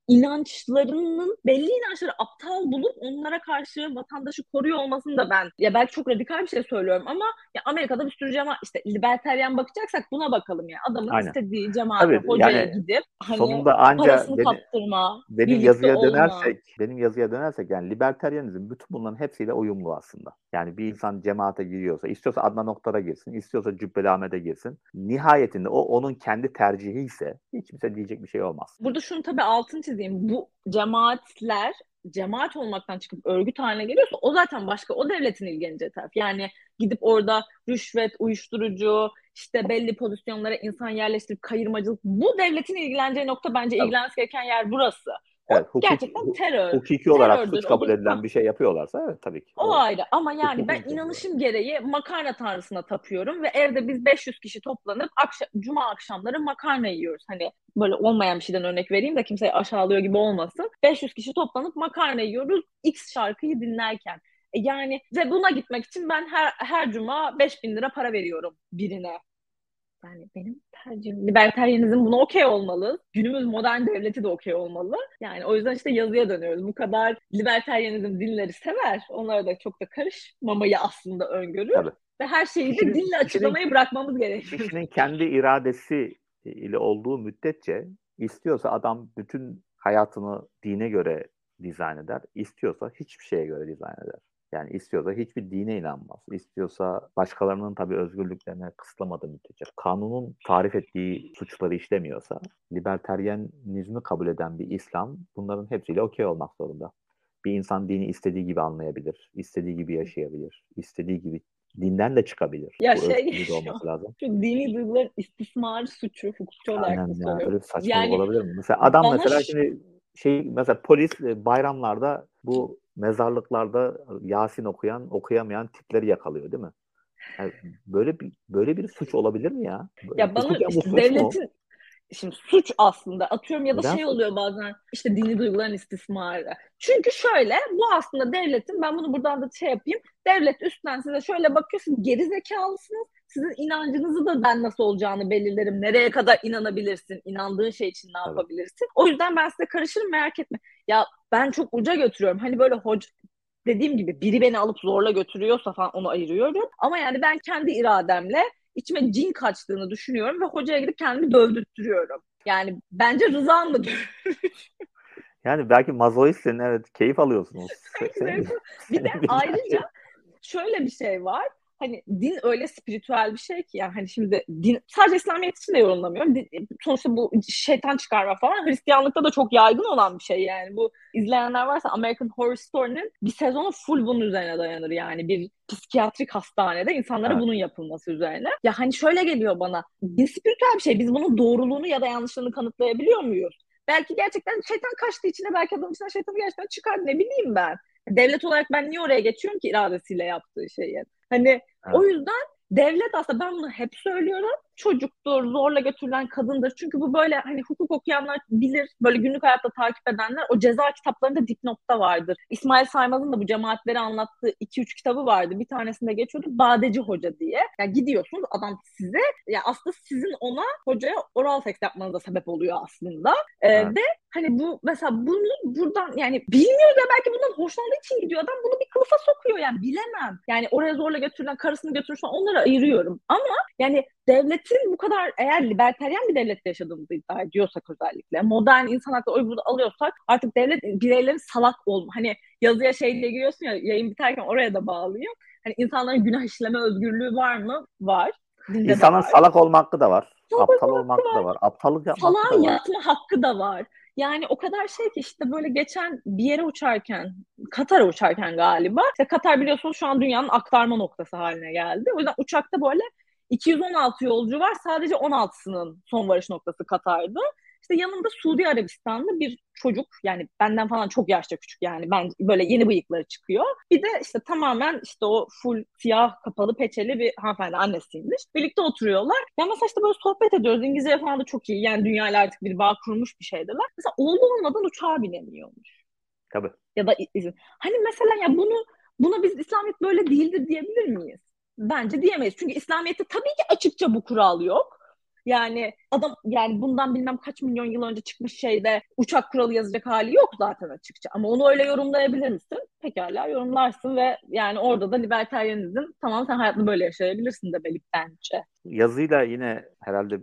Speaker 1: inançlarının belli inançları aptal bulup onlara karşı vatandaşı koruyor olmasını da ben ya belki çok radikal bir şey söylüyorum ama ya Amerika'da bir sürü cemaat işte liberteryan bakacaksak buna bakalım ya adamın
Speaker 2: Aynen.
Speaker 1: istediği cemaate
Speaker 2: Tabii
Speaker 1: hocaya
Speaker 2: yani
Speaker 1: gidip hani
Speaker 2: sonunda anca
Speaker 1: parasını kaptırma
Speaker 2: benim
Speaker 1: birlikte
Speaker 2: yazıya
Speaker 1: olma.
Speaker 2: dönersek, benim yazıya dönersek yani libertarianizm bütün bunların hepsiyle uyumlu aslında. Yani bir insan cemaate giriyorsa, istiyorsa Adnan Oktar'a girsin, istiyorsa Cübbeli Ahmet'e girsin. Nihayetinde o onun kendi tercihi ise hiç kimse diyecek bir şey olmaz.
Speaker 1: Burada şunu tabii altını çizeyim. Bu cemaatler cemaat olmaktan çıkıp örgüt haline geliyorsa o zaten başka o devletin ilgileneceği taraf. Yani gidip orada rüşvet, uyuşturucu, işte belli pozisyonlara insan yerleştirip kayırmacılık bu devletin ilgileneceği nokta bence
Speaker 2: Tabii.
Speaker 1: ilgilenmesi gereken yer burası. O
Speaker 2: Evet,
Speaker 1: gerçekten terör.
Speaker 2: hukuki olarak
Speaker 1: Terördür.
Speaker 2: suç kabul
Speaker 1: Olur.
Speaker 2: edilen bir şey yapıyorlarsa evet tabii ki.
Speaker 1: O
Speaker 2: O
Speaker 1: ayrı ama yani ben
Speaker 2: hukukun konuları.
Speaker 1: inanışım gereği makarna tanrısına tapıyorum ve evde biz 500 kişi toplanıp cuma akşamları makarna yiyoruz. Hani böyle olmayan bir şeyden örnek vereyim de kimseyi aşağılıyor gibi olmasın. 500 kişi toplanıp makarna yiyoruz X şarkıyı dinlerken. Yani ve buna gitmek için ben her cuma 5.000 lira para veriyorum birine. Yani benim tercihim. Libertarianizm buna okey olmalı. Günümüz modern devleti de okey olmalı. Yani o yüzden işte yazıya dönüyoruz. Bu kadar libertarianizm dinleri sever. Onlara da çok da karışmamayı aslında öngörür.
Speaker 2: Tabii.
Speaker 1: Ve her şeyi de
Speaker 2: Kişinin
Speaker 1: dille
Speaker 2: kişinin
Speaker 1: açıklamayı bırakmamız gerekir.
Speaker 2: kişinin kendi iradesi ile olduğu müddetçe istiyorsa adam bütün hayatını dine göre dizayn eder. İstiyorsa hiçbir şeye göre dizayn eder. Yani istiyorsa hiçbir dine inanmaz. İstiyorsa başkalarının tabii özgürlüklerine kısıtlamadığı müddetçe kanunun tarif ettiği suçları işlemiyorsa liberteryenizmi kabul eden bir İslam bunların hepsiyle okey olmak zorunda. Bir insan dini istediği gibi anlayabilir, istediği gibi yaşayabilir, istediği gibi dinden de çıkabilir.
Speaker 1: Ya
Speaker 2: Bu
Speaker 1: şey
Speaker 2: özgürlüğü de
Speaker 1: geçiyor.
Speaker 2: olması lazım.
Speaker 1: Şu dini duyguların istismarı suçu hukukçu olarak da
Speaker 2: Aynen ya
Speaker 1: söylüyorum.
Speaker 2: öyle bir saçmalık
Speaker 1: Yani
Speaker 2: olabilir mi? Mesela adam
Speaker 1: bana
Speaker 2: mesela şimdi mesela polis bayramlarda bu mezarlıklarda Yasin okuyamayan tipleri yakalıyor değil mi? Yani böyle bir suç olabilir mi ya?
Speaker 1: ya bana
Speaker 2: Hukuken bu
Speaker 1: işte
Speaker 2: suç mu?
Speaker 1: devletin şimdi suç aslında atıyorum ya da
Speaker 2: Neden
Speaker 1: şey
Speaker 2: suç?
Speaker 1: oluyor bazen işte dini duyguların istismarı. Çünkü şöyle bu aslında devletin ben bunu buradan da şey yapayım. Devlet üstten size şöyle bakıyorsun geri zekalısınız. Sizin inancınızı da ben nasıl olacağını belirlerim. Nereye kadar inanabilirsin? İnandığın şey için ne
Speaker 2: Tabii.
Speaker 1: yapabilirsin? O yüzden ben size karışırım merak etme. Ya ben çok uca götürüyorum. Hani böyle dediğim gibi biri beni alıp zorla götürüyorsa falan onu ayırıyorum. Ama yani ben kendi irademle içime cin kaçtığını düşünüyorum ve hocaya gidip kendimi dövdürtüyorum. Yani bence rıza mıdır?
Speaker 2: Yani belki mazoistsin evet keyif alıyorsunuz. Senin,
Speaker 1: Bir de
Speaker 2: senin bileceğin
Speaker 1: ayrıca
Speaker 2: şey.
Speaker 1: şöyle bir şey var. Hani din öyle spiritüel bir şey ki yani hani şimdi din sadece İslamiyet için de yorumlamıyorum. Sonuçta bu şeytan çıkarma falan Hristiyanlıkta da çok yaygın olan bir şey yani. Bu izleyenler varsa American Horror Story'nin bir sezonu full bunun üzerine dayanır yani. Bir psikiyatrik hastanede insanlara
Speaker 2: Evet.
Speaker 1: bunun yapılması üzerine. Ya hani şöyle geliyor bana. Din spiritüel bir şey. Biz bunun doğruluğunu ya da yanlışlığını kanıtlayabiliyor muyuz? Belki gerçekten şeytan kaçtığı için de belki adamın içinden şeytanı gerçekten çıkar ne bileyim ben. Devlet olarak ben niye oraya geçiyorum ki iradesiyle yaptığı şeyi? Hani o
Speaker 2: Evet.
Speaker 1: yüzden devlet aslında ben bunu hep söylüyorum. Çocuktur, zorla götürülen kadındır. Çünkü bu böyle hani hukuk okuyanlar bilir, böyle günlük hayatta takip edenler o ceza kitaplarında dipnotta vardır. İsmail Saymaz'ın da bu cemaatleri anlattığı 2-3 kitabı vardı. Bir tanesinde geçiyordu Badeci Hoca diye. Yani gidiyorsunuz adam size ya aslında sizin ona hocaya oral seks yapmanıza sebep oluyor aslında.
Speaker 2: Evet.
Speaker 1: Ve hani bu mesela bunu buradan yani bilmiyoruz ya belki bundan hoşlandığı için gidiyor adam bunu bir kılıfa sokuyor yani bilemem. Yani oraya zorla götürülen karısını götürürsen onları ayırıyorum. Ama yani devlet devletin bu kadar, eğer libertaryen bir devlette yaşadığımızı iddia ediyorsak, özellikle modern insan hakları oy burada alıyorsak, artık devlet bireylerin salak olma. Hani yazıya şey diye giriyorsun ya, yayın biterken oraya da bağlıyım. Hani insanların günah işleme özgürlüğü var mı? Var. Dinde
Speaker 2: İnsanın
Speaker 1: de var.
Speaker 2: salak olma hakkı da var.
Speaker 1: Salak
Speaker 2: Aptal
Speaker 1: olma
Speaker 2: olma
Speaker 1: hakkı
Speaker 2: hakkı da
Speaker 1: var.
Speaker 2: var. Aptallık yapma hakkı
Speaker 1: Salağa
Speaker 2: da var.
Speaker 1: yatma hakkı da var. Yani o kadar şey ki, işte böyle geçen bir yere uçarken, Katar'a uçarken galiba. İşte Katar biliyorsunuz şu an dünyanın aktarma noktası haline geldi. O yüzden uçakta böyle 216 yolcu var. Sadece 16'sının son varış noktası Katar'dı. İşte yanımda Suudi Arabistanlı bir çocuk, yani benden falan çok yaşça küçük, yani ben böyle yeni bıyıkları çıkıyor. Bir de işte tamamen işte o full siyah kapalı peçeli bir hanımefendi, annesiymiş. Birlikte oturuyorlar. Ya mesela işte böyle sohbet ediyoruz. İngilizce falan da çok iyi. Yani dünyayla artık bir bağ kurmuş bir şeydiler. Mesela oğlu olmadan uçağa binemiyormuş.
Speaker 2: Tabii.
Speaker 1: Ya da izin. Hani mesela ya buna biz İslamiyet böyle değildir diyebilir miyiz? Bence diyemeyiz. Çünkü İslamiyet'te tabii ki açıkça bu kural yok. Yani adam, yani bundan bilmem kaç milyon yıl önce çıkmış şeyde uçak kuralı yazacak hali yok zaten açıkça. Ama onu öyle yorumlayabilir misin? Pekala yorumlarsın ve yani orada da libertaryenizm, tamam sen hayatını böyle yaşayabilirsin de belki bence.
Speaker 2: Yazıyla yine herhalde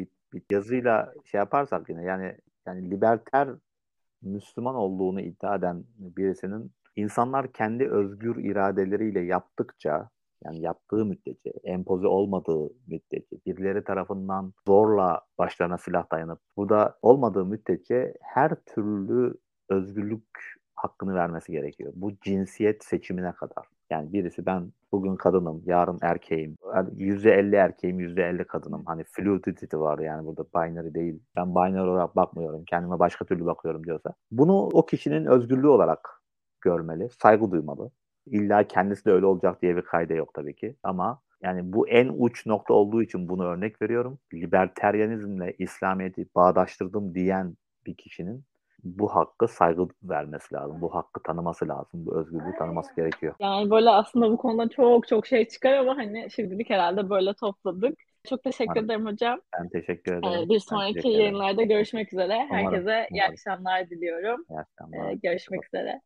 Speaker 2: yazıyla şey yaparsak yine yani liberter Müslüman olduğunu iddia eden birisinin insanlar kendi özgür iradeleriyle yaptıkça, yani yaptığı müddetçe, empoze olmadığı müddetçe, birileri tarafından zorla başlarına silah dayanıp burada olmadığı müddetçe her türlü özgürlük hakkını vermesi gerekiyor. Bu cinsiyet seçimine kadar. Yani birisi ben bugün kadınım, yarın erkeğim. %50 erkeğim, %50 kadınım. Hani fluidity var yani burada binary değil. Ben binary olarak bakmıyorum. Kendime başka türlü bakıyorum diyorsa. Bunu o kişinin özgürlüğü olarak görmeli. Saygı duymalı. İlla kendisi de öyle olacak diye bir kaide yok tabii ki. Ama yani bu en uç nokta olduğu için bunu örnek veriyorum. Liberteryanizmle İslamiyet'i bağdaştırdım diyen bir kişinin bu hakkı saygı vermesi lazım. Bu hakkı tanıması lazım. Bu özgürlüğü tanıması gerekiyor.
Speaker 1: Yani böyle aslında bu konuda çok çok şey çıkar ama hani şimdilik herhalde böyle topladık. Çok teşekkür
Speaker 2: Umarım.
Speaker 1: ederim hocam.
Speaker 2: Ben teşekkür ederim.
Speaker 1: Bir
Speaker 2: Ben
Speaker 1: sonraki
Speaker 2: teşekkür ederim.
Speaker 1: yayınlarda görüşmek üzere.
Speaker 2: Umarım.
Speaker 1: Herkese iyi akşamlar diliyorum.
Speaker 2: İyi akşamlar.
Speaker 1: Görüşmek üzere.